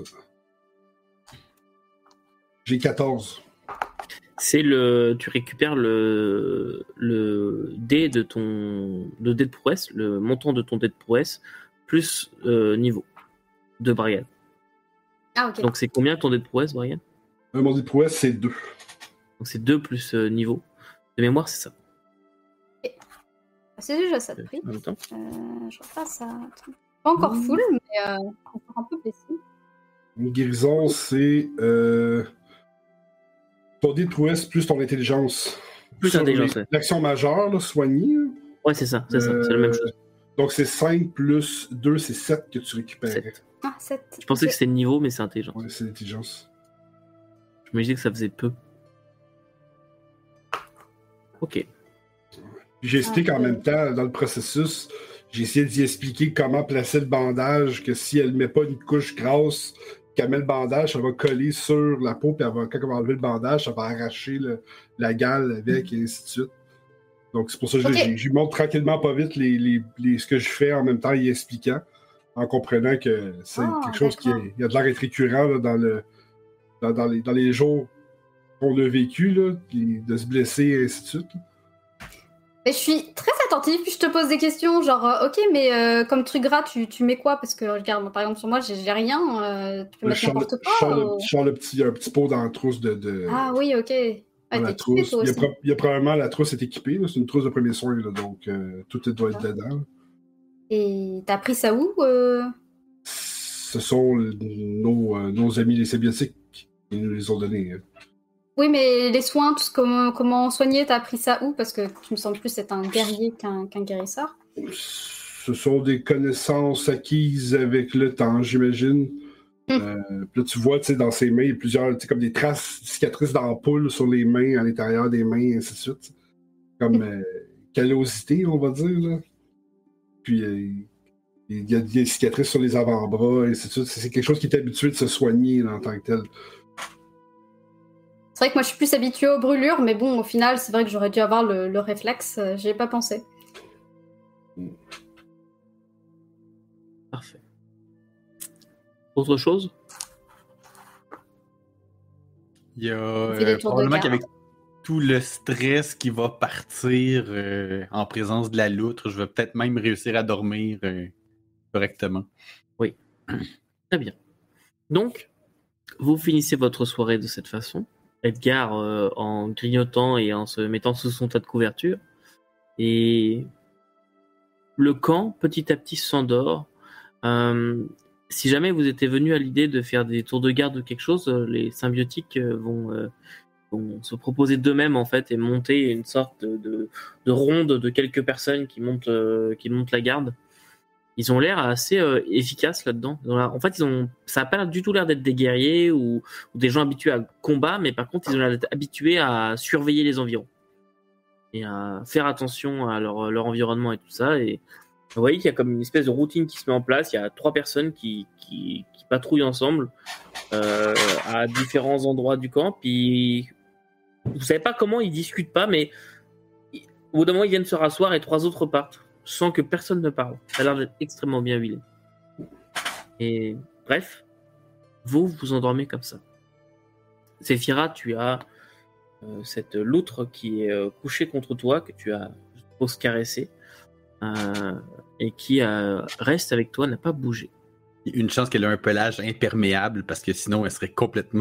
J'ai quatorze. C'est le, tu récupères le, le dé de ton, le dé de prouesse, le montant de ton dé de prouesse, plus euh, niveau de Brian. Ah, ok. Donc c'est combien ton dé de prouesse, Brian? Euh, mon dé de prouesse, c'est deux. Donc c'est deux plus euh, niveau. De mémoire, c'est ça. C'est déjà ça de prix. En même temps. Euh, je repasse à. Attends. Pas encore full, mais euh, encore un peu blessé. Une guérison, c'est euh, ton dé de prouesse plus ton intelligence. Plus Sur intelligence, les- ouais. L'action majeure, là, soignée. là. Ouais, c'est ça, c'est ça, c'est la même chose. Donc c'est cinq plus deux, c'est sept que tu récupérais. Sept. Ah, sept. Je pensais que c'était le niveau, mais c'est intelligence. Ouais, c'est l'intelligence. Je me disais que ça faisait peu. Ok. Puis j'explique Ah, en ouais. même temps, dans le processus, j'ai essayé d'y expliquer comment placer le bandage, que si elle ne met pas une couche grasse, qu'elle met le bandage, ça va coller sur la peau, puis elle va, quand elle va enlever le bandage, ça va arracher le- la gale avec, et ainsi de suite. Donc c'est pour ça que je- Ok. je, je lui montre tranquillement pas vite les, les- les- ce que je fais en même temps y expliquant, en comprenant que c'est Ah, quelque chose qui est, d'accord. il y a de l'air d'être récurrent là, dans, le, dans, dans les, dans les jours qu'on a vécu, là, puis de se blesser, et ainsi de suite. là. Mais je suis très attentive, puis je te pose des questions, genre, euh, ok, mais euh, comme truc gras, tu, tu mets quoi? Parce que, regarde, moi, par exemple, sur moi, j'ai j'ai rien, euh, tu peux Je mettre sors le, n'importe je sors quoi. le- ou- je sors le petit, un petit pot dans la trousse de, de- Ah oui, ok. Ah, dans la t'es équipée, trousse. toi Il y, a aussi. pro- il y a probablement la trousse est équipée, là, c'est une trousse de premiers soins, là, donc euh, tout doit être dedans. là. Et t'as appris ça où euh... Ce sont nos, euh, nos amis les symbiotiques qui nous les ont donnés. Hein. Oui, mais les soins, tout ce, comment, comment soigner, t'as appris ça où? Parce que tu me sembles plus être un guerrier qu'un, qu'un guérisseur. Ce sont des connaissances acquises avec le temps, j'imagine. Mm. Euh, là, tu vois, tu sais, dans ses mains, il y a plusieurs, tu sais, comme des traces, cicatrices d'ampoules sur les mains, à l'intérieur des mains, et ainsi de suite. Comme euh, callosité, on va dire, là. Puis, euh, il y a des cicatrices sur les avant-bras, et ainsi de suite. C'est quelque chose qui est habitué de se soigner, là, en tant que tel. C'est vrai que moi, je suis plus habituée aux brûlures, mais bon, au final, c'est vrai que j'aurais dû avoir le, le réflexe. Euh, j'y ai pas pensé. Parfait. Autre chose? Il y a euh, probablement qu'avec tout le stress qui va partir euh, en présence de la loutre, je vais peut-être même réussir à dormir euh, correctement. Oui. Très bien. Donc, vous finissez votre soirée de cette façon. Edgar euh, en grignotant et en se mettant sous son tas de couverture. Et le camp, petit à petit, s'endort. Euh, si jamais vous étiez venu à l'idée de faire des tours de garde ou quelque chose, les symbiotiques vont, euh, vont se proposer d'eux-mêmes en fait et monter une sorte de, de, de ronde de quelques personnes qui montent, euh, qui montent la garde. Ils ont l'air assez euh, efficaces là-dedans. En fait, ils ont, ça n'a pas du tout l'air d'être des guerriers ou, ou des gens habitués à combat, mais par contre, ils ont l'air d'être habitués à surveiller les environs et à faire attention à leur, leur environnement et tout ça. Et vous voyez qu'il y a comme une espèce de routine qui se met en place. Il y a trois personnes qui, qui, qui patrouillent ensemble euh, à différents endroits du camp. Puis vous savez pas comment ils discutent pas, mais au bout d'un moment, ils viennent se rasseoir et trois autres partent, sans que personne ne parle. Ça a l'air d'être extrêmement bien huilé. Et bref, vous vous endormez comme ça. Séphira, tu as euh, cette loutre qui est euh, couchée contre toi, que tu as, je suppose, caressée, euh, et qui euh, reste avec toi, n'a pas bougé. Une chance qu'elle a un pelage imperméable, parce que sinon, elle serait complètement...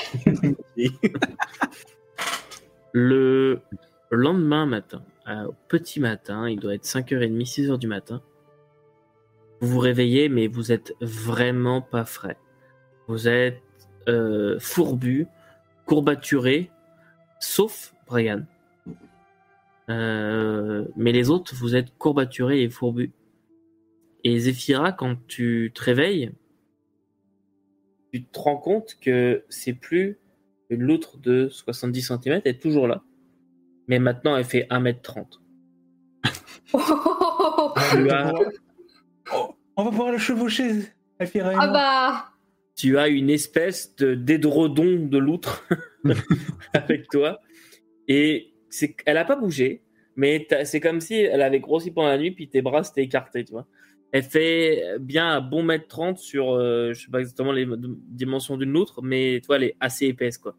Le lendemain matin, euh, au petit matin, il doit être cinq heures trente, six heures du matin. Vous vous réveillez, mais vous êtes vraiment pas frais. Vous êtes euh, fourbu, courbaturé, sauf Brian. Euh, mais les autres, vous êtes courbaturés et fourbus. Et Séphira, quand tu te réveilles, tu te rends compte que c'est plus une loutre de soixante-dix centimètres, elle est toujours là. Mais maintenant, elle fait un mètre trente. Oh, tu as... oh, on va pouvoir le chevaucher, Séphira et moi. Ah bah... Tu as une espèce de, d'édredon de loutre avec toi. Et c'est, elle n'a pas bougé, mais c'est comme si elle avait grossi pendant la nuit, puis tes bras s'étaient écartés, tu vois. Elle fait bien un bon mètre trente sur, euh, je sais pas exactement les dimensions d'une loutre, mais tu vois, elle est assez épaisse, quoi.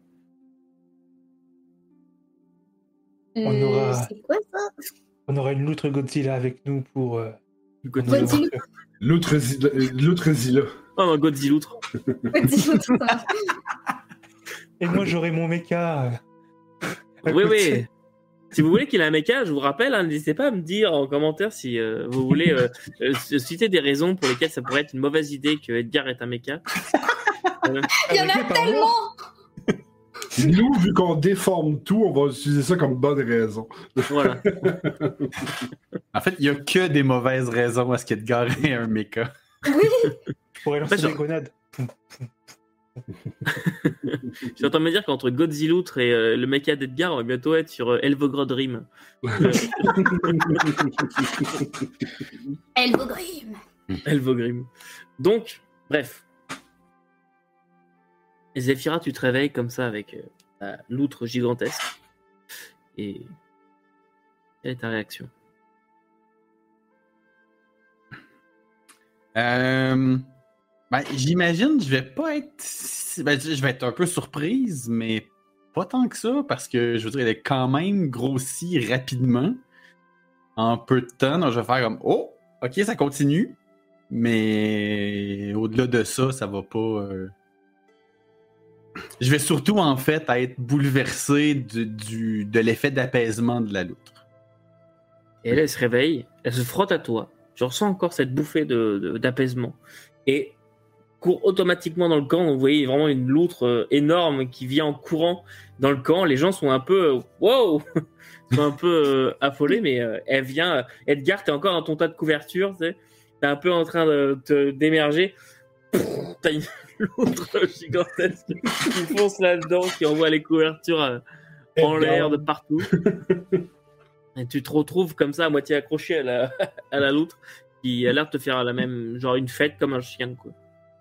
Euh, On aura... C'est quoi ça? On aura une loutre Godzilla avec nous pour... Euh... Godzilla. L'autre Zilla. L'autre Zilla. Oh, un Godzilla. Godzilla. Et moi, j'aurai mon mecha. Euh... Oui, oui. Si vous voulez qu'il ait un mecha, je vous rappelle, hein, n'hésitez pas à me dire en commentaire si euh, vous voulez euh, euh, citer des raisons pour lesquelles ça pourrait être une mauvaise idée que Edgar ait un mecha. Euh... Il y en a tellement. Nous, vu qu'on déforme tout, on va utiliser ça comme bonne raison. Voilà. En fait, il n'y a que des mauvaises raisons à ce qu'Edgar ait un mecha. Oui. Je pourrais lancer des grenades. Je suis en train de me dire qu'entre Godzilla et euh, le mecha d'Edgar, on va bientôt être sur euh, Elvogrod-Rim. Elvogrim. Elvogrim. Donc, bref. Séphira, tu te réveilles comme ça avec euh, ta loutre gigantesque. Et quelle est ta réaction? Euh... Ben, j'imagine que je vais pas être... Ben, je vais être un peu surprise, mais pas tant que ça, parce que, je veux dire, elle est quand même grossie rapidement. En peu de temps, donc je vais faire comme « Oh! Ok, ça continue. » Mais au-delà de ça, ça va pas... Euh... Je vais surtout, en fait, être bouleversé du, du, de l'effet d'apaisement de la loutre. Et elle, elle se réveille, elle se frotte à toi, tu ressens encore cette bouffée de, de- d'apaisement. Et court automatiquement dans le camp. Vous voyez vraiment une loutre euh, énorme qui vient en courant dans le camp. Les gens sont un peu... euh, wow sont un peu euh, affolés, mais euh, elle vient... euh, Edgar, t'es encore dans ton tas de couverture, tu sais. T'es un peu en train de te d'émerger. Pff, T'as une loutre gigantesque qui fonce là-dedans, qui envoie les couvertures euh, en l'air de partout. Et tu te retrouves comme ça, à moitié accroché à la, à la loutre, qui a l'air de te faire la même, genre une fête comme un chien, quoi.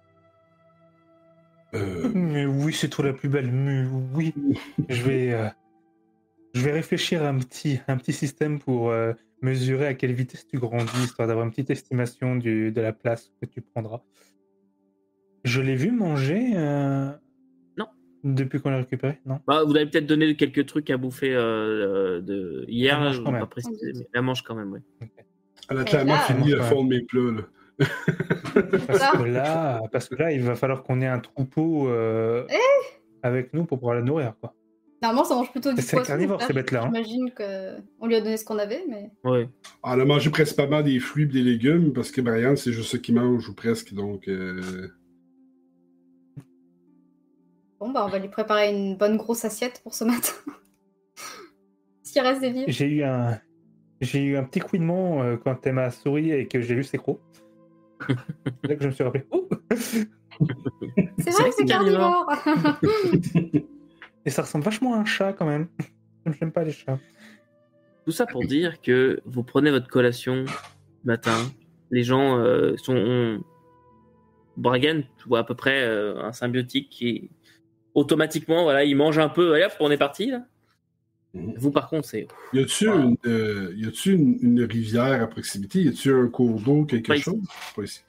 Euh, Mais oui, c'est toi la plus belle. Mais oui, je vais, euh, je vais réfléchir à un petit, un petit système pour euh, mesurer à quelle vitesse tu grandis, histoire d'avoir une petite estimation du, de la place que tu prendras. Je l'ai vu manger euh, Non. depuis qu'on l'a récupéré, non? Bah, vous avez peut-être donné quelques trucs à bouffer euh, de hier, Elle mange je quand ne vais même. pas préciser, mais elle mange quand même, oui. Elle a Mais clairement là, fini euh, le fond de mes plats. Là. Parce Ça. que là, parce que là, il va falloir qu'on ait un troupeau euh, Eh avec nous pour pouvoir la nourrir, quoi. Normalement, ça mange plutôt du C'est poisson. carnivore, donc ces là, bêtes-là, hein. J'imagine qu'on lui a donné ce qu'on avait, mais... Ouais. Elle a mangé principalement des fruits et des légumes parce que Brian, c'est juste ça qu'il mange ou presque. Donc, euh... Bon, bah, on va lui préparer une bonne grosse assiette pour ce matin. S'il reste des vivres. J'ai eu un, j'ai eu un petit couinement euh, quand elle m'a souri et que j'ai vu ses crocs. C'est là que je me suis rappelé. Oh C'est C'est vrai vrai que c'est que c'est carnivore. Et ça ressemble vachement à un chat quand même. J'aime pas les chats. Tout ça pour dire que vous prenez votre collation matin. Les gens euh, sont. ont- Bragan, tu vois à peu près euh, un symbiotique qui automatiquement, voilà, il mange un peu. Allez hop, on est parti là. Mhm. Vous par contre, c'est y a-tu Wow. une, euh, y a-tu une, une rivière à proximité? Y a-tu un cours d'eau, quelque Pas ici. chose? Pas ici.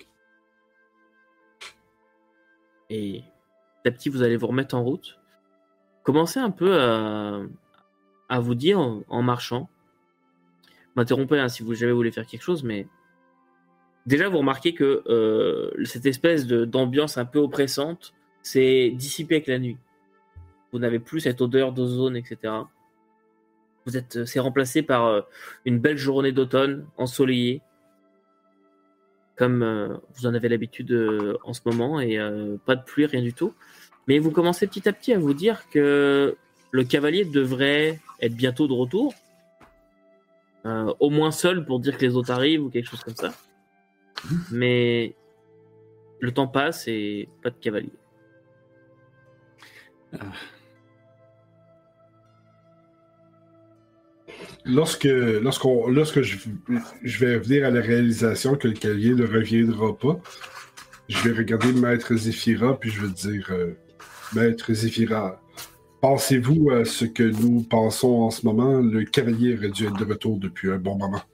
et petit à petit vous allez vous remettre en route. Commencez un peu à, à vous dire en, en marchant. M'interrompez hein, si vous jamais voulez faire quelque chose, mais déjà vous remarquez que euh, cette espèce de, d'ambiance un peu oppressante s'est dissipée avec la nuit. Vous n'avez plus cette odeur d'ozone, et cetera. Vous êtes, c'est remplacé par euh, une belle journée d'automne ensoleillée, comme euh, vous en avez l'habitude euh, en ce moment, et euh, pas de pluie, rien du tout. Mais vous commencez petit à petit à vous dire que le cavalier devrait être bientôt de retour, euh, au moins seul pour dire que les autres arrivent ou quelque chose comme ça. Mais le temps passe et pas de cavalier. Lorsque, lorsqu'on, lorsque je, je vais venir à la réalisation que le cavalier ne reviendra pas, je vais regarder Maître Zéphira, puis je vais dire euh, Maître Zéphira, pensez-vous à ce que nous pensons en ce moment? Le cavalier aurait dû être de retour depuis un bon moment.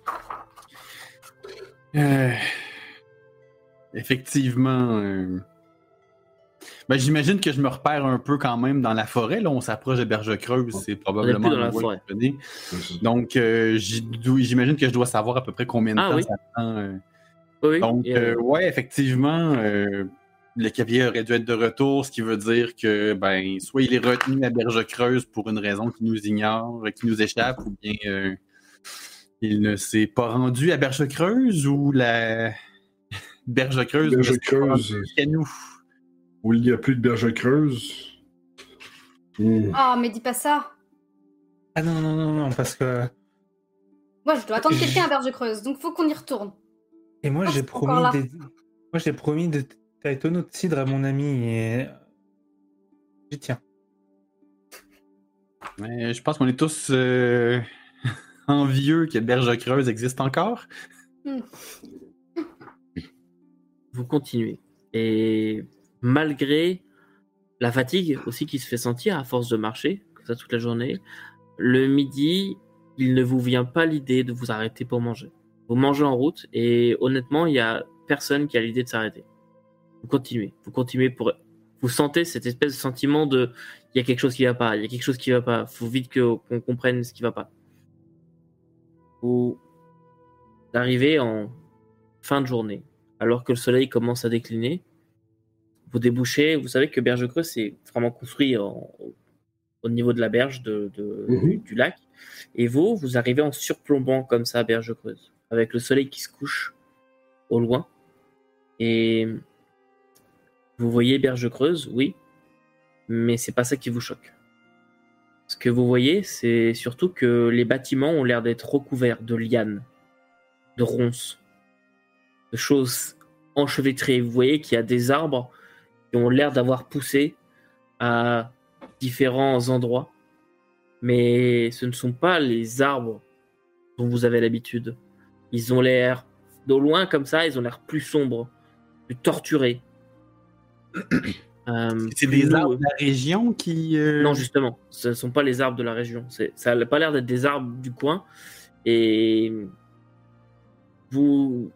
Euh, Effectivement. euh, Ben, j'imagine que je me repère un peu quand même dans la forêt. Là, on s'approche de Berge-Creuse. C'est probablement plus dans la l'endroit forêt. que je connais. Donc, euh, j'y- j'imagine que je dois savoir à peu près combien de Ah temps oui. ça prend. euh. Oui, oui. Donc, Et, euh, euh, ouais, effectivement, euh, le cavalier aurait dû être de retour, ce qui veut dire que, ben, soit il est retenu à Berge-Creuse pour une raison qui nous ignore, qui nous échappe, ou bien euh, il ne s'est pas rendu à Berge-Creuse, ou la Berge-Creuse ne s'est pas Berge-Creuse, rendue jusqu'à nous. où il n'y a plus de Berge-Creuse. Hmm. Ah, mais dis pas ça. Ah non, non, non, non, parce que. Moi, je dois attendre J- quelqu'un à Berge-Creuse, donc faut qu'on y retourne. Et moi, Ah, j'ai c'est encore promis là. des. Moi, j'ai promis de ta tonneau de cidre à mon ami et. J'y tiens. Mais je pense qu'on est tous euh, envieux que Berge-Creuse existe encore. vous continuez. Et malgré la fatigue aussi qui se fait sentir à force de marcher, comme ça toute la journée, le midi, il ne vous vient pas l'idée de vous arrêter pour manger. Vous mangez en route et honnêtement, il y a personne qui a l'idée de s'arrêter. Vous continuez, vous continuez pour... Vous sentez cette espèce de sentiment de il y a quelque chose qui va pas, il y a quelque chose qui va pas, faut vite que, qu'on comprenne ce qui va pas. Vous arrivez en fin de journée, alors que le soleil commence à décliner. Vous débouchez, vous savez que Berge-Creuse, c'est vraiment construit en, au niveau de la berge de, de, Mhm. du, du lac. Et vous, vous arrivez en surplombant comme ça Berge-Creuse, avec le soleil qui se couche. au loin. Et vous voyez Berge Creuse, oui, mais c'est pas ça qui vous choque. Ce que vous voyez, c'est surtout que les bâtiments ont l'air d'être recouverts de lianes, de ronces, de choses enchevêtrées. Vous voyez qu'il y a des arbres qui ont l'air d'avoir poussé à différents endroits, mais ce ne sont pas les arbres dont vous avez l'habitude. Ils ont l'air, de loin comme ça, ils ont l'air plus sombres, plus torturés. Euh, C'est des arbres de la région qui... euh, Non, justement, ce ne sont pas les arbres de la région. C'est, ça n'a pas l'air d'être des arbres du coin. Et vous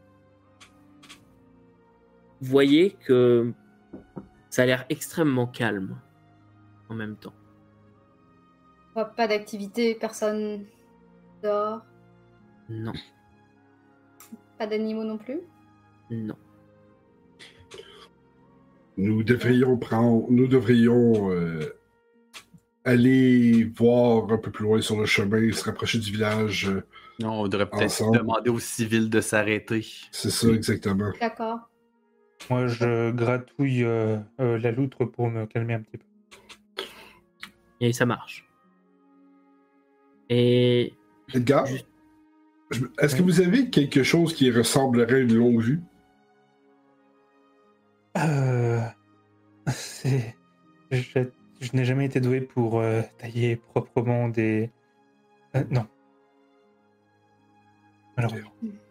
voyez que ça a l'air extrêmement calme en même temps. On voit pas d'activité, personne dehors, Non, pas d'animaux non plus. non. Nous devrions prendre, nous devrions euh, aller voir un peu plus loin sur le chemin, se rapprocher du village. euh, Non, on devrait peut-être Ensemble. demander aux civils de s'arrêter. C'est ça, exactement. D'accord. Moi, je gratouille euh, euh, la loutre pour me calmer un petit peu. Et ça marche. Et Edgar, Juste- je- est-ce que vous avez quelque chose qui ressemblerait à une longue vue? Euh, c'est... Je, je n'ai jamais été doué pour euh, tailler proprement des... Euh, non. Malheureusement.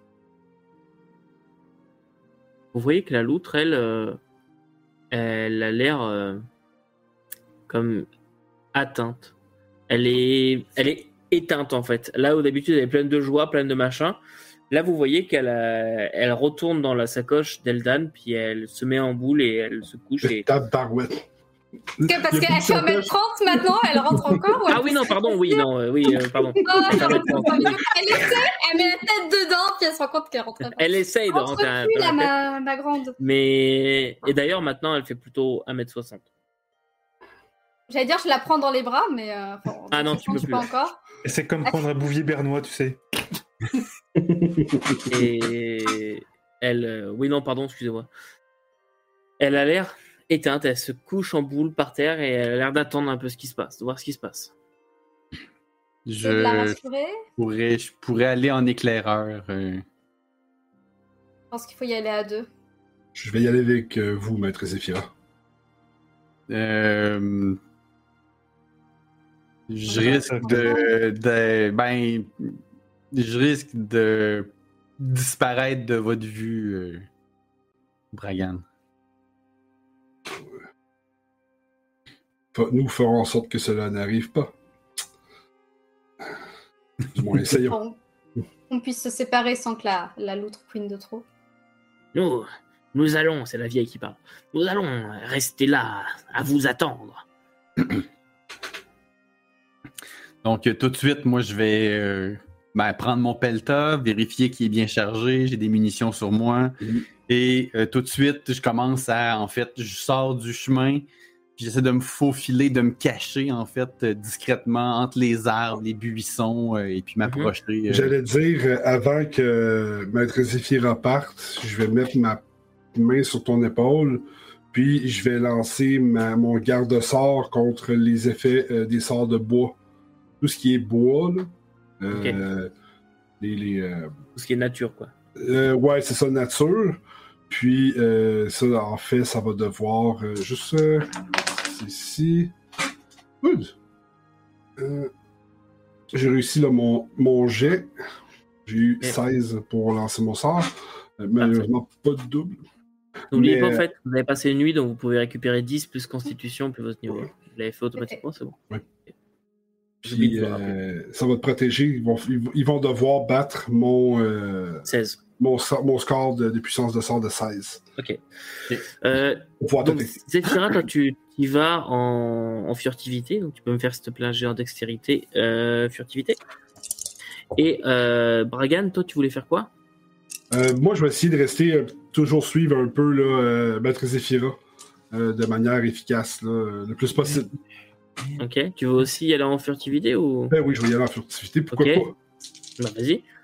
vous voyez que la loutre, elle, euh, elle a l'air euh, comme atteinte. Elle est, elle est éteinte en fait. Là où d'habitude elle est pleine de joie, pleine de machin. Là, vous voyez qu'elle a- elle retourne dans la sacoche d'Eldan, puis elle se met en boule et elle se couche. Et... Tabarouette. Que parce Il y a qu'elle plus fait de un mètre trente maintenant, elle rentre encore ou elle Ah oui, non, pardon, oui, non, euh, oui, euh, pardon. Oh, Elle fait un mètre trente. elle essaie, elle met la tête dedans, puis elle se rend compte qu'elle rentre pas. Elle essaye de rentre rentrer un plus, peu là, la tête, ma, ma grande. mais... Et d'ailleurs, maintenant, elle fait plutôt un mètre soixante. J'allais dire, je la prends dans les bras, mais. Euh, enfin, Ah non, je tu pense peux plus. pas encore. Et c'est comme prendre un bouvier bernois, tu sais. Et elle... euh, Oui, non, pardon, excusez-moi. Elle a l'air éteinte, elle se couche en boule par terre et elle a l'air d'attendre un peu ce qui se passe, de voir ce qui se passe. Je vais la Je rassurer. pourrais, je pourrais aller en éclaireur. euh. Je pense qu'il faut y aller à deux. Je vais y aller avec euh, vous, maître Zéphira. Euh, Je Ouais, risque ok. de, de. Ben. Je risque de disparaître de votre vue, euh, Bragan. Fa- Nous ferons en sorte que cela n'arrive pas. Du moins, essayons. Bon, on puisse se séparer sans que la, la loutre couine de trop. Nous, nous allons, c'est la vieille qui parle, nous allons rester là à vous attendre. Donc, euh, tout de suite, moi, je vais euh, ben, prendre mon pelta, vérifier qu'il est bien chargé, j'ai des munitions sur moi. Mhm. Et euh, tout de suite, je commence à, en fait, je sors du chemin, puis j'essaie de me faufiler, de me cacher, en fait, euh, discrètement entre les arbres, les buissons, euh, et puis m'approcher. euh, J'allais dire, euh, avant que maître Zéphira parte, je vais mettre ma main sur ton épaule, puis je vais lancer ma- mon garde-sort contre les effets euh, des sorts de bois. Tout ce qui est bois, là. Euh, les, les, euh, Tout ce qui est nature, quoi. euh, ouais, c'est ça, nature. Puis, euh, ça, en fait, ça va devoir euh, juste. Euh, c'est ici. Good. Euh, j'ai réussi là, mon, mon jet. J'ai eu Et- seize pour lancer mon sort. Euh, malheureusement, pas de double. N'oubliez Mais, pas, en euh, fait, vous avez passé une nuit, donc vous pouvez récupérer dix plus constitution, plus votre niveau. Vous l'avez fait automatiquement, c'est bon. Ouais. J'oublie Puis, de vous le rappeler. euh, ça va te protéger. Ils vont, ils vont- ils vont devoir battre mon, euh, seize. mon, sort- mon score de, de puissance de sort de seize. Ok. Euh, Pour pouvoir donc, tenter. Zéphira, toi, tu y vas en, en furtivité, donc tu peux me faire, s'il te plaît, un jet en dextérité, euh, furtivité. Et euh, Bragan, toi, tu voulais faire quoi? Euh, moi, je vais essayer de rester euh, toujours suivre un peu là, euh, Maître Zéphira euh, de manière efficace, là, euh, le plus possible. Ok. Tu veux aussi y aller en furtivité ou? Ben oui, je vais y aller en furtivité, pourquoi Ok. pas? Bah, vas-y.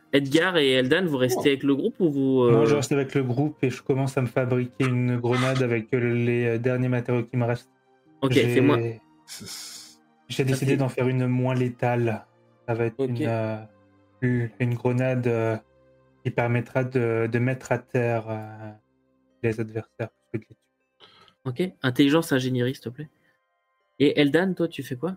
Edgar et Eldan, vous restez Oh. avec le groupe ou vous... euh, Moi, je reste avec le groupe et je commence à me fabriquer une grenade avec les derniers matériaux qui me restent. Ok, J'ai- fais-moi... C'est- J'ai décidé fait- d'en faire une moins létale. Ça va être Ok. une, euh, une, une grenade euh, qui permettra de, de mettre à terre euh, les adversaires plus que de les tuer. Ok, intelligence ingénierie, s'il te plaît. Et Eldan, toi, tu fais quoi?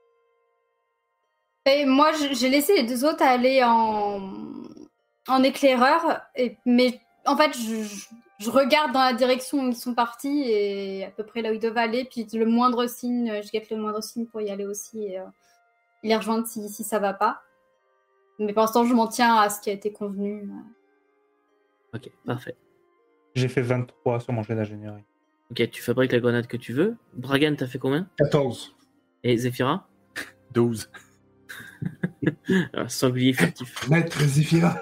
Et moi, j- j'ai laissé les deux autres aller en, en éclaireur, et... mais en fait, je... je- je regarde dans la direction où ils sont partis et à peu près là où ils doivent aller, puis le moindre signe, je guette le moindre signe pour y aller aussi et euh, les rejoindre si, si ça va pas. Mais pour l'instant, je m'en tiens à ce qui a été convenu. Ok, parfait. J'ai fait vingt-trois sur mon jet d'ingénierie. Ok, tu fabriques la grenade que tu veux. Bragan, t'as fait combien? quatorze. Et Zephyra? douze. Ah, sanglier furtif. Maître Zephyra.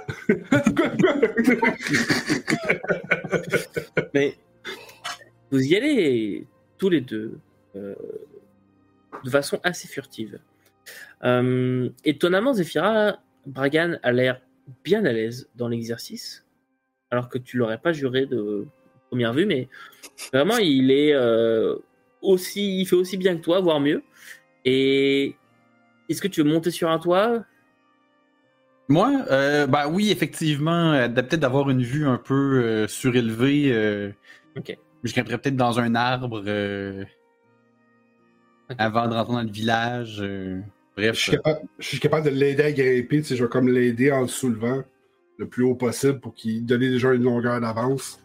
Mais vous y allez tous les deux euh, de façon assez furtive. Euh, étonnamment, Zephyra, Bragan a l'air bien à l'aise dans l'exercice, alors que tu l'aurais pas juré de première vue, mais vraiment, il est euh, aussi, il fait aussi bien que toi, voire mieux. Et est-ce que tu veux monter sur un toit? Moi, euh, bah oui, effectivement, euh, peut-être d'avoir une vue un peu euh, surélevée. Euh, Ok. Je grimperais peut-être dans un arbre euh, Ok. avant de rentrer dans le village. euh, bref. Je suis capable, je suis capable de l'aider à grimper, tu sais, je vais comme l'aider en le soulevant le plus haut possible pour qu'il donne déjà une longueur d'avance.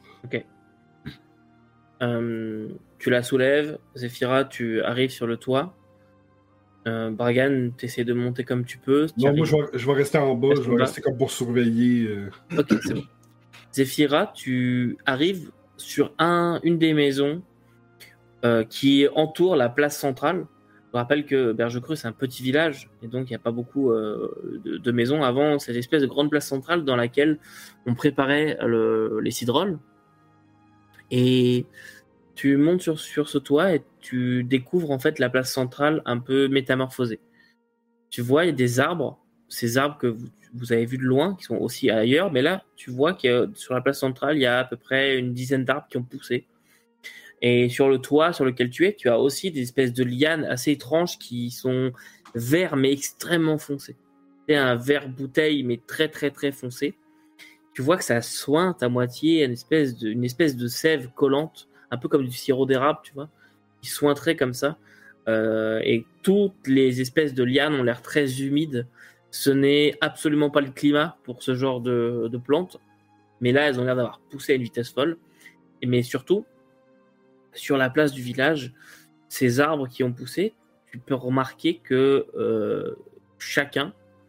Euh, tu la soulèves, Zephyra, tu arrives sur le toit. Euh, Bragan, tu essaies de monter comme tu peux. Tu Non, arrives- moi, je vais, je vais rester en bas, Reste je en vais bas. rester comme pour surveiller. euh. Ok, c'est bon. Zephyra, tu arrives sur un, une des maisons euh, qui entoure la place centrale. Je rappelle que Bergecreux, c'est un petit village, et donc il n'y a pas beaucoup euh, de, de maisons avant cette espèce de grande place centrale dans laquelle on préparait le- les cidrolles. Et tu montes sur, sur ce toit et tu découvres en fait la place centrale un peu métamorphosée. Tu vois, il y a des arbres, ces arbres que vous, vous avez vus de loin, qui sont aussi ailleurs, mais là, tu vois que sur la place centrale, il y a à peu près une dizaine d'arbres qui ont poussé. Et sur le toit sur lequel tu es, tu as aussi des espèces de lianes assez étranges qui sont verts mais extrêmement foncés. C'est un vert bouteille mais très très très foncé. Tu vois que ça sointe à moitié une espèce de, une espèce de sève collante, un peu comme du sirop d'érable, tu vois, qui sointerait comme ça. Euh, et toutes les espèces de lianes ont l'air très humides. Ce n'est absolument pas le climat pour ce genre de, de plantes, mais là elles ont l'air d'avoir poussé à une vitesse folle. Et, mais surtout, sur la place du village, ces arbres qui ont poussé, tu peux remarquer que euh, chacun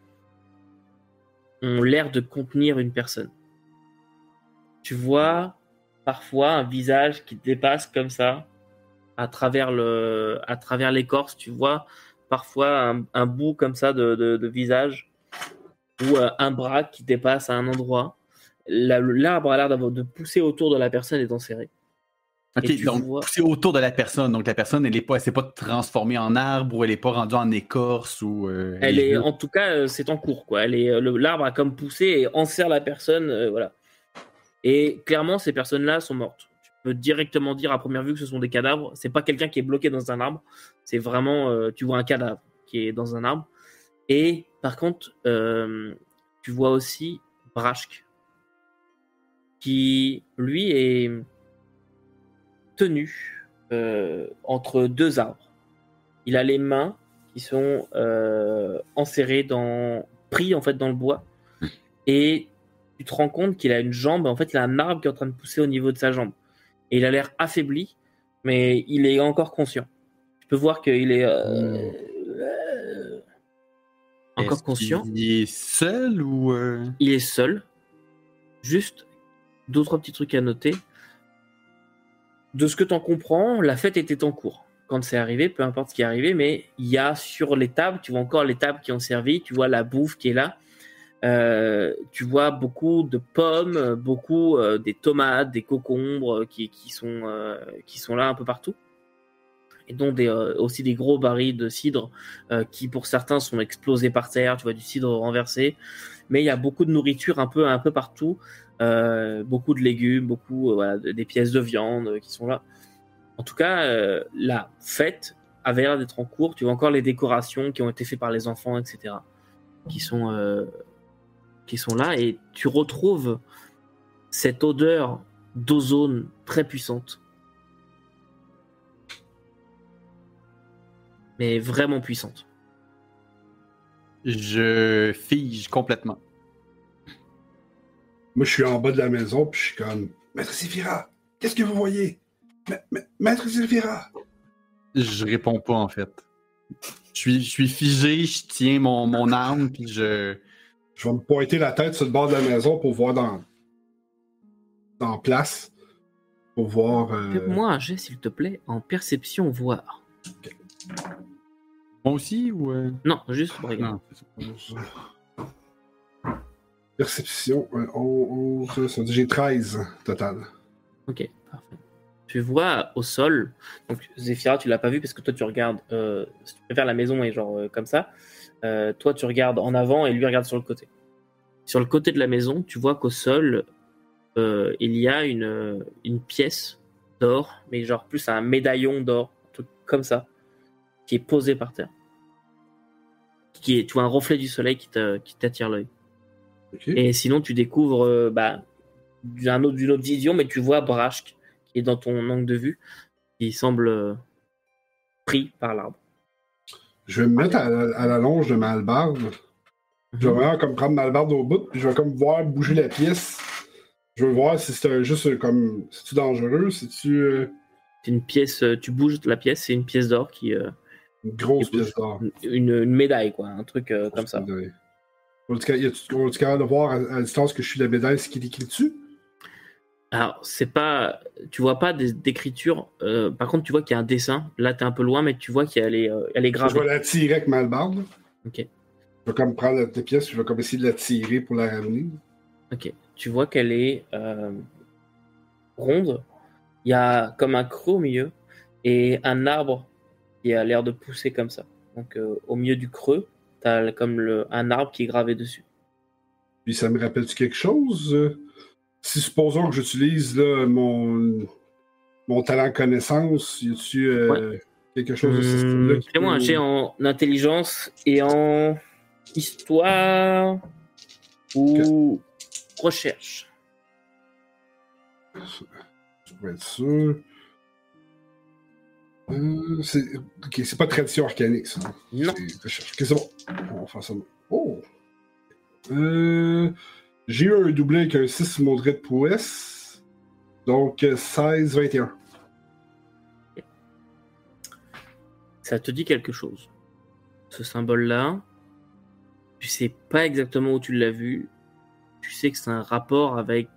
ont l'air de contenir une personne. Tu vois parfois un visage qui dépasse comme ça à travers le, à travers l'écorce. Tu vois parfois un, un bout comme ça de, de, de visage ou euh, un bras qui dépasse à un endroit. La- L'arbre a l'air d'avoir de pousser autour de la personne et d'enserrer. Ok, Et tu donc vois- c'est autour de la personne. Donc la personne, elle est pas, elle s'est pas transformée en arbre ou elle est pas rendue en écorce ou. euh, Elle est, juste- en tout cas, euh, c'est en cours, quoi. Elle est, euh, le- l'arbre a comme poussé et enserre la personne, euh, voilà. Et clairement, ces personnes-là sont mortes. Tu peux directement dire à première vue que ce sont des cadavres. C'est pas quelqu'un qui est bloqué dans un arbre. C'est vraiment, euh, tu vois un cadavre qui est dans un arbre. Et par contre, euh, tu vois aussi Brashk, qui lui est tenu euh, entre deux arbres. Il a les mains qui sont euh, enserrées dans, pris en fait dans le bois, et tu te rends compte qu'il a une jambe. En fait, il a un arbre qui est en train de pousser au niveau de sa jambe, et il a l'air affaibli, mais il est encore conscient. Tu peux voir qu'il est euh, euh, encore Est-ce conscient. qu'il est seul ou. euh, Il est seul. Juste d'autres petits trucs à noter. De ce que tu en comprends, la fête était en cours quand c'est arrivé, peu importe ce qui est arrivé, mais il y a sur les tables, tu vois encore les tables qui ont servi, tu vois la bouffe qui est là, euh, tu vois beaucoup de pommes, beaucoup euh, des tomates, des concombres qui, qui, sont, euh, qui sont là un peu partout. et dont des, euh, aussi des gros barils de cidre euh, qui pour certains sont explosés par terre, tu vois du cidre renversé, mais il y a beaucoup de nourriture un peu un peu partout, euh, beaucoup de légumes, beaucoup euh, voilà, des pièces de viande euh, qui sont là. En tout cas, euh, la fête avait l'air d'être en cours. Tu vois encore les décorations qui ont été faites par les enfants, et cetera, qui sont euh, qui sont là, et tu retrouves cette odeur d'ozone très puissante. Mais vraiment puissante. Je fige complètement. Moi, je suis en bas de la maison, puis je suis comme « Maître Séphira, qu'est-ce que vous voyez? Ma- ma- Maître Séphira! » Je réponds pas, en fait. Je suis, je suis figé, je tiens mon, mon arme, puis je... Je vais me pointer la tête sur le bord de la maison pour voir dans, dans place, pour voir... euh, Fais-moi un jet, s'il te plaît, en perception voir. Moi aussi, ou... euh? Non, juste regarde. Non, c'est ça. Perception, ouais, onze, ça veut dire que j'ai treize total. Ok, parfait. Tu vois au sol, donc Zéphira, tu l'as pas vu parce que toi tu regardes, euh, si tu préfères la maison et genre euh, comme ça, euh, toi tu regardes en avant et lui regarde sur le côté. Sur le côté de la maison, tu vois qu'au sol, euh, il y a une, une pièce d'or, mais genre plus un médaillon d'or, un truc comme ça, qui est posé par terre. Qui est, tu vois un reflet du soleil qui t'a- qui t'attire l'œil. Ok. Et sinon, tu découvres euh, bah, d'un autre, d'une autre vision, mais tu vois Brashk qui est dans ton angle de vue, qui semble euh, pris par l'arbre. Je vais me mettre à, la- à la longe de ma hallebarde. Je vais vraiment comme prendre ma hallebarde au bout, puis je vais comme voir bouger la pièce. Je veux voir si c'est un- juste euh, comme... C'est-tu dangereux? C'est-tu euh, C'est une pièce, euh, tu bouges la pièce, c'est une pièce d'or qui, euh, une grosse qui bouge. pièce d'or? Une, une médaille, quoi, un truc euh, comme ça. On est capable de voir à, à la distance que je suis la médaille ce qui est écrit dessus? Alors, c'est pas, tu vois pas des- d'écriture. euh, par contre, tu vois qu'il y a un dessin. Là, t'es un peu loin, mais tu vois qu'elle est, euh, elle est Je gravée. vais la tirer avec ma hallebarde. Ok, Je vais comme prendre la, la pièce, je vais comme essayer de la tirer pour la ramener. ok. Tu vois qu'elle est euh, ronde. Il y a comme un creux au milieu et un arbre qui a l'air de pousser comme ça. Donc, euh, au milieu du creux, t'as comme le, un arbre qui est gravé dessus. Puis ça me rappelle-tu quelque chose? euh, Si supposons que j'utilise là, mon, mon talent connaissance, y a-tu euh, quelque chose de ce style-là? Hum, qui Fais-moi un peut- jet en intelligence et en histoire ou recherche. Je vais être sûr. Euh, c'est... Ok, c'est pas tradition arcanique, ça. Non. C'est recherche. Ok, c'est bon. On va faire ça. Oh! Euh... J'ai eu un doublé avec un six Maudret de prouesse. Donc euh, seize vingt et un. Ça te dit quelque chose. Ce symbole-là, tu sais pas exactement où tu l'as vu. Tu sais que c'est un rapport avec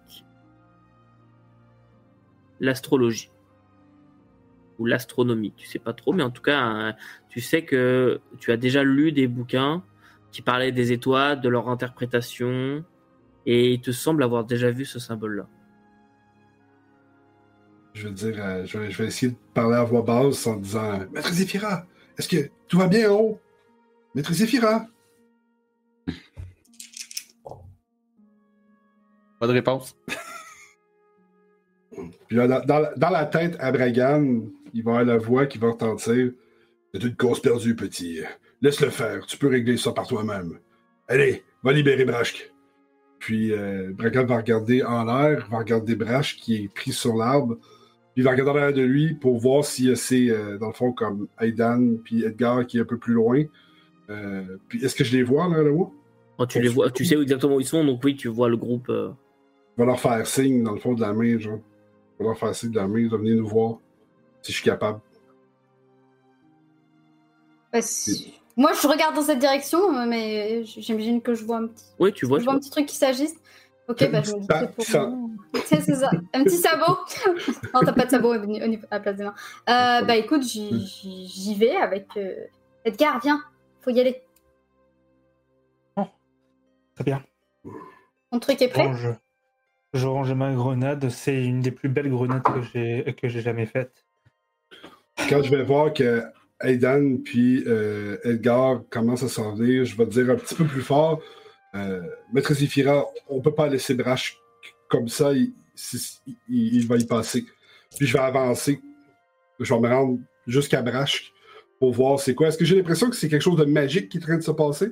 l'astrologie ou l'astronomie. Tu sais pas trop, mais en tout cas, un- tu sais que tu as déjà lu des bouquins qui parlaient des étoiles, de leur interprétation, et il te semble avoir déjà vu ce symbole-là. Je veux dire, euh, je, vais, je vais essayer de parler à voix basse en disant Maître Zéphira, est-ce que tout va bien en haut? Maître Zéphira? Pas de réponse. Puis là, dans, dans la- dans la tête à Bragan, il va y avoir la voix qui va retentir. C'est une cause perdue, petit. Laisse-le faire, tu peux régler ça par toi-même. Allez, va libérer Brashk. Puis euh, Bragan va regarder en l'air, va regarder Brashk qui est pris sur l'arbre. Puis il va regarder en l'air de lui pour voir si c'est, euh, dans le fond, comme Aidan puis Edgar qui est un peu plus loin. Euh, puis est-ce que je les vois là, là-haut? Oh, tu les vois, tu sais exactement où ils sont, donc oui, tu vois le groupe. euh, Je vais leur faire signe dans le fond de la main, genre. Je vais leur faire signe de la main, de venir nous voir si je suis capable. Bah, si- Moi, je regarde dans cette direction, euh, mais j'imagine que je vois un petit, Oui, tu vois. je tu vois un vois. petit truc qui s'agisse. Ok, bah je me dis que c'est pour Ça- moi. C'est c'est ça, un petit sabot. Non, t'as pas de sabot au niveau- au niveau- à la place des mains. Euh, bah écoute, j'y j'y- j'y vais avec euh, Edgar, viens, faut y aller. Très bien. Ton truc est prêt? Range. Je range ma grenade. C'est une des plus belles grenades que j'ai que j'ai jamais faites. quand je vais voir que Aidan puis euh, Edgar commencent à s'en venir, je vais te dire un petit peu plus fort, euh, Maître Zéphira, on peut pas laisser Brash comme ça, il, il, il, il va y passer. Puis je vais avancer, je vais me rendre jusqu'à Brash pour voir c'est quoi. Est-ce que j'ai l'impression que c'est quelque chose de magique qui est en train de se passer?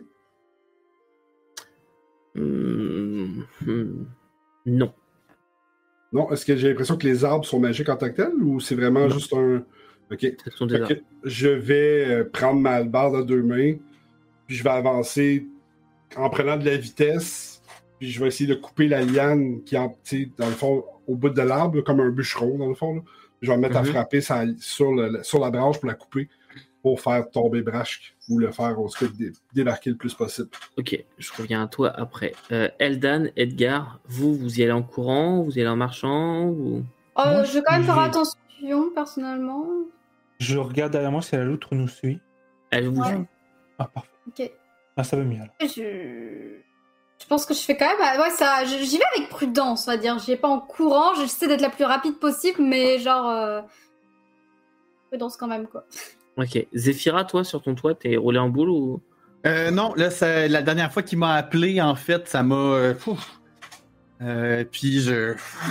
Mmh, mmh, non. Non, est-ce que j'ai l'impression que les arbres sont magiques en tant que tels ou c'est vraiment non. juste un... Ok. Ce sont des okay. Je vais euh, prendre ma hallebarde à deux mains, puis je vais avancer en prenant de la vitesse, puis je vais essayer de couper la liane qui est, dans le fond, au bout de l'arbre, comme un bûcheron, dans le fond. Là. Je vais me mettre mm-hmm. à frapper ça, sur, le, sur la branche pour la couper, pour faire tomber Brash ou le faire, au scout, dé, débarquer le plus possible. Ok, je reviens à toi après. Euh, Eldan, Edgar, vous, vous y allez en courant, vous y allez en marchant ou... euh, Moi, Je vais quand même faire attention, personnellement. Je regarde derrière moi si la loutre nous suit. Elle vous ouais. Ah, parfait. Ok. Ah, ça va mieux alors. Je... je pense que je fais quand même... Ouais, ça... J'y vais avec prudence, on va dire. J'y vais pas en courant, j'essaie d'être la plus rapide possible, mais genre... Euh... Prudence quand même, quoi. Ok. Zéphira, toi, sur ton toit, t'es roulé en boule ou... Euh, non, là, ça, la dernière fois qu'il m'a appelé, en fait, ça m'a... Euh, euh, puis je...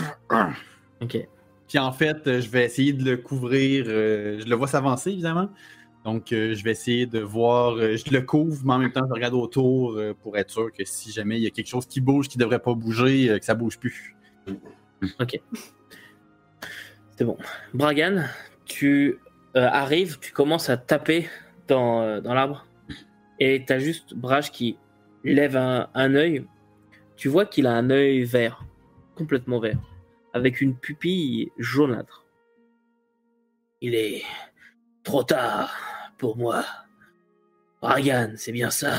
Ok. Puis en fait, je vais essayer de le couvrir. Euh, je le vois s'avancer, évidemment. Donc, euh, je vais essayer de voir... Euh, je le couvre, mais en même temps, je regarde autour euh, pour être sûr que si jamais il y a quelque chose qui bouge, qui devrait pas bouger, euh, que ça bouge plus. Ok. C'est bon. Bragan, tu euh, arrives, tu commences à taper dans, euh, dans l'arbre. Et t'as juste Brash qui lève un, un œil. Tu vois qu'il a un œil vert. Complètement vert. Avec une pupille jaunâtre. Il est trop tard pour moi. Bragan, c'est bien ça.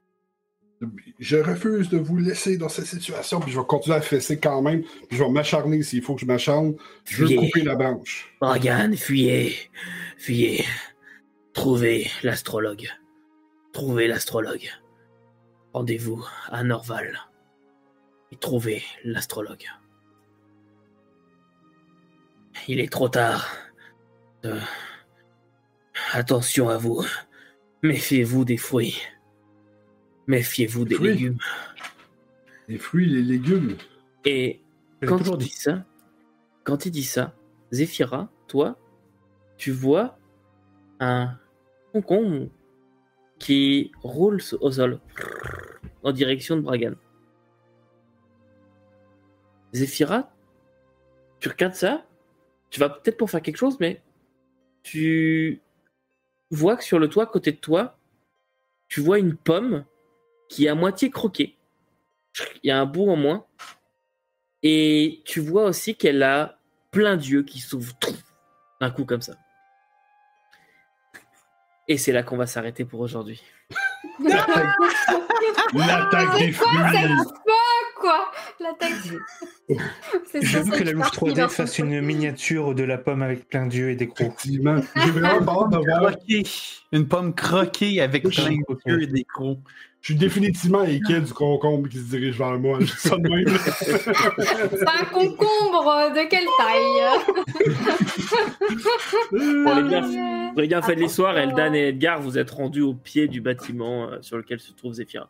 Je refuse de vous laisser dans cette situation, puis je vais continuer à fesser quand même, puis je vais m'acharner s'il faut que je m'acharne. Je veux couper la branche. Bragan, fuyez. Fuyez. Trouvez l'astrologue. Trouvez l'astrologue. Rendez-vous à Norval. Et trouvez l'astrologue. Il est trop tard. Euh... Attention à vous. Méfiez-vous des fruits. Méfiez-vous des fruits. légumes. Les fruits, les légumes. Et quand il dit ça, quand il dit ça, Zéphira, toi, tu vois un concombre qui roule au sol en direction de Bragan. Zéphira, tu regardes ça, tu vas peut-être pour faire quelque chose, mais tu vois que sur le toit, à côté de toi, tu vois une pomme qui est à moitié croquée. Il y a un bout en moins. Et tu vois aussi qu'elle a plein d'yeux qui s'ouvrent d'un coup comme ça. Et c'est là qu'on va s'arrêter pour aujourd'hui. L'attaque, L'attaque des fruits. Quoi, L'attaque des... C'est Je veux que la louche trois D fasse une miniature de la pomme avec plein d'yeux et des crocs. Effectivement. J'ai vraiment hâte de voir. Une pomme croquée avec plein d'yeux et des crocs. Je suis définitivement inquiet du concombre qui se dirige vers moi. Je ça de même. C'est un concombre de quelle taille? Bon, les gars, les gars, faites l'histoire. Eldan et Edgar, vous êtes rendus au pied du bâtiment euh, sur lequel se trouve Zéphira.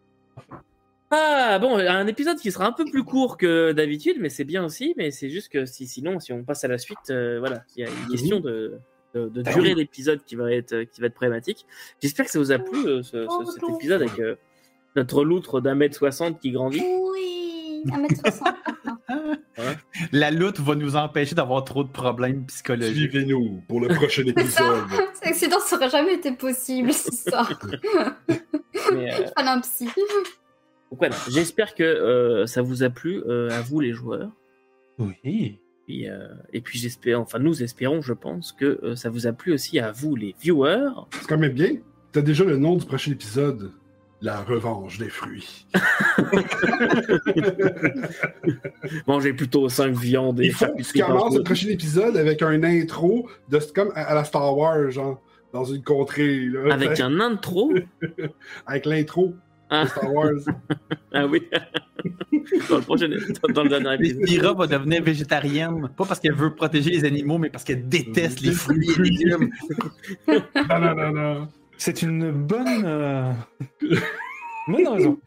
Ah bon, un épisode qui sera un peu plus court que d'habitude, mais c'est bien aussi. Mais c'est juste que si, sinon, si on passe à la suite, euh, voilà, il y a une question de... de, de durée d'épisode qui va être qui va être problématique. J'espère que ça vous a plu euh, ce, ce, cet épisode avec euh, notre loutre d'un mètre soixante qui grandit. Oui, un mètre soixante. Ouais. La loutre va nous empêcher d'avoir trop de problèmes psychologiques. Suivez-nous pour le prochain épisode. Cet accident n'aurait jamais été possible, c'est ça. Mais, euh... Pas d'un psy. Donc voilà, j'espère que euh, ça vous a plu euh, à vous les joueurs. Oui. Et, euh, et puis j'espère, enfin nous espérons, je pense, que euh, ça vous a plu aussi à vous les viewers. C'est quand même bien. T'as déjà le nom du prochain épisode. La revanche des fruits. Mangez plutôt cinq viandes et il faut que tu commences le prochain épisode avec un intro de comme à la Star Wars, genre, dans une contrée. Là, avec un intro? Avec l'intro. Ah. de Star Wars. Ah oui. Dans le prochain, dans, dans le dernier Mais épisode. Lyra va devenir végétarienne, pas parce qu'elle veut protéger les animaux, mais parce qu'elle déteste les fruits et légumes. Non, non, non, non. C'est une bonne. Euh... bonne raison.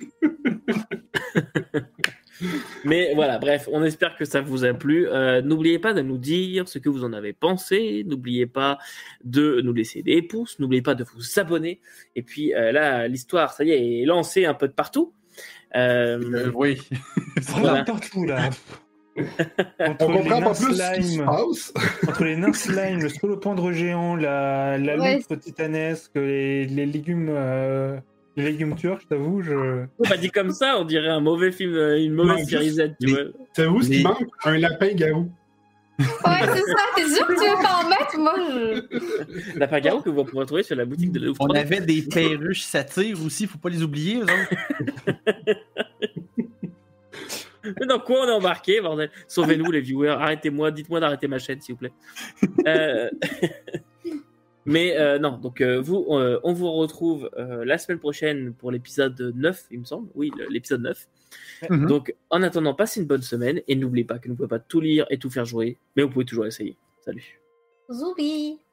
Mais voilà, bref, on espère que ça vous a plu. Euh, n'oubliez pas de nous dire ce que vous en avez pensé. N'oubliez pas de nous laisser des pouces. N'oubliez pas de vous abonner. Et puis euh, là, l'histoire, ça y est, est lancée un peu de partout. Euh, Euh, oui. Voilà. Partout là. On Entre les comprend nains pas plus ce qui se slime, passe. entre les nains slime, le scolopendre géant, la, la Ouais. loutre titanesque, les, les légumes, euh, les légumes turcs, je t'avoue, je. pas dit comme ça, on dirait un mauvais film, euh, une mauvaise Non, série Z, tu mais- vois. Savez-vous ce qui Mais- manque? Un lapin garou. Ouais, c'est ça. T'es sûr que tu veux pas en mettre? Moi, je. La Pagaro que vous pourrez trouver sur la boutique de la On avait des perruches satyres aussi, faut pas les oublier, eux autres. Mais dans quoi on est embarqué, bordel? Sauvez-nous, les viewers. Arrêtez-moi, dites-moi d'arrêter ma chaîne, s'il vous plaît. Euh, Mais euh, non, donc euh, vous, euh, on vous retrouve euh, la semaine prochaine pour l'épisode neuf, il me semble. Oui, le- l'épisode neuf. Mhm. Donc, en attendant, passez une bonne semaine et n'oubliez pas que vous ne pouvez pas tout lire et tout faire jouer, mais vous pouvez toujours essayer. Salut. Zoubi.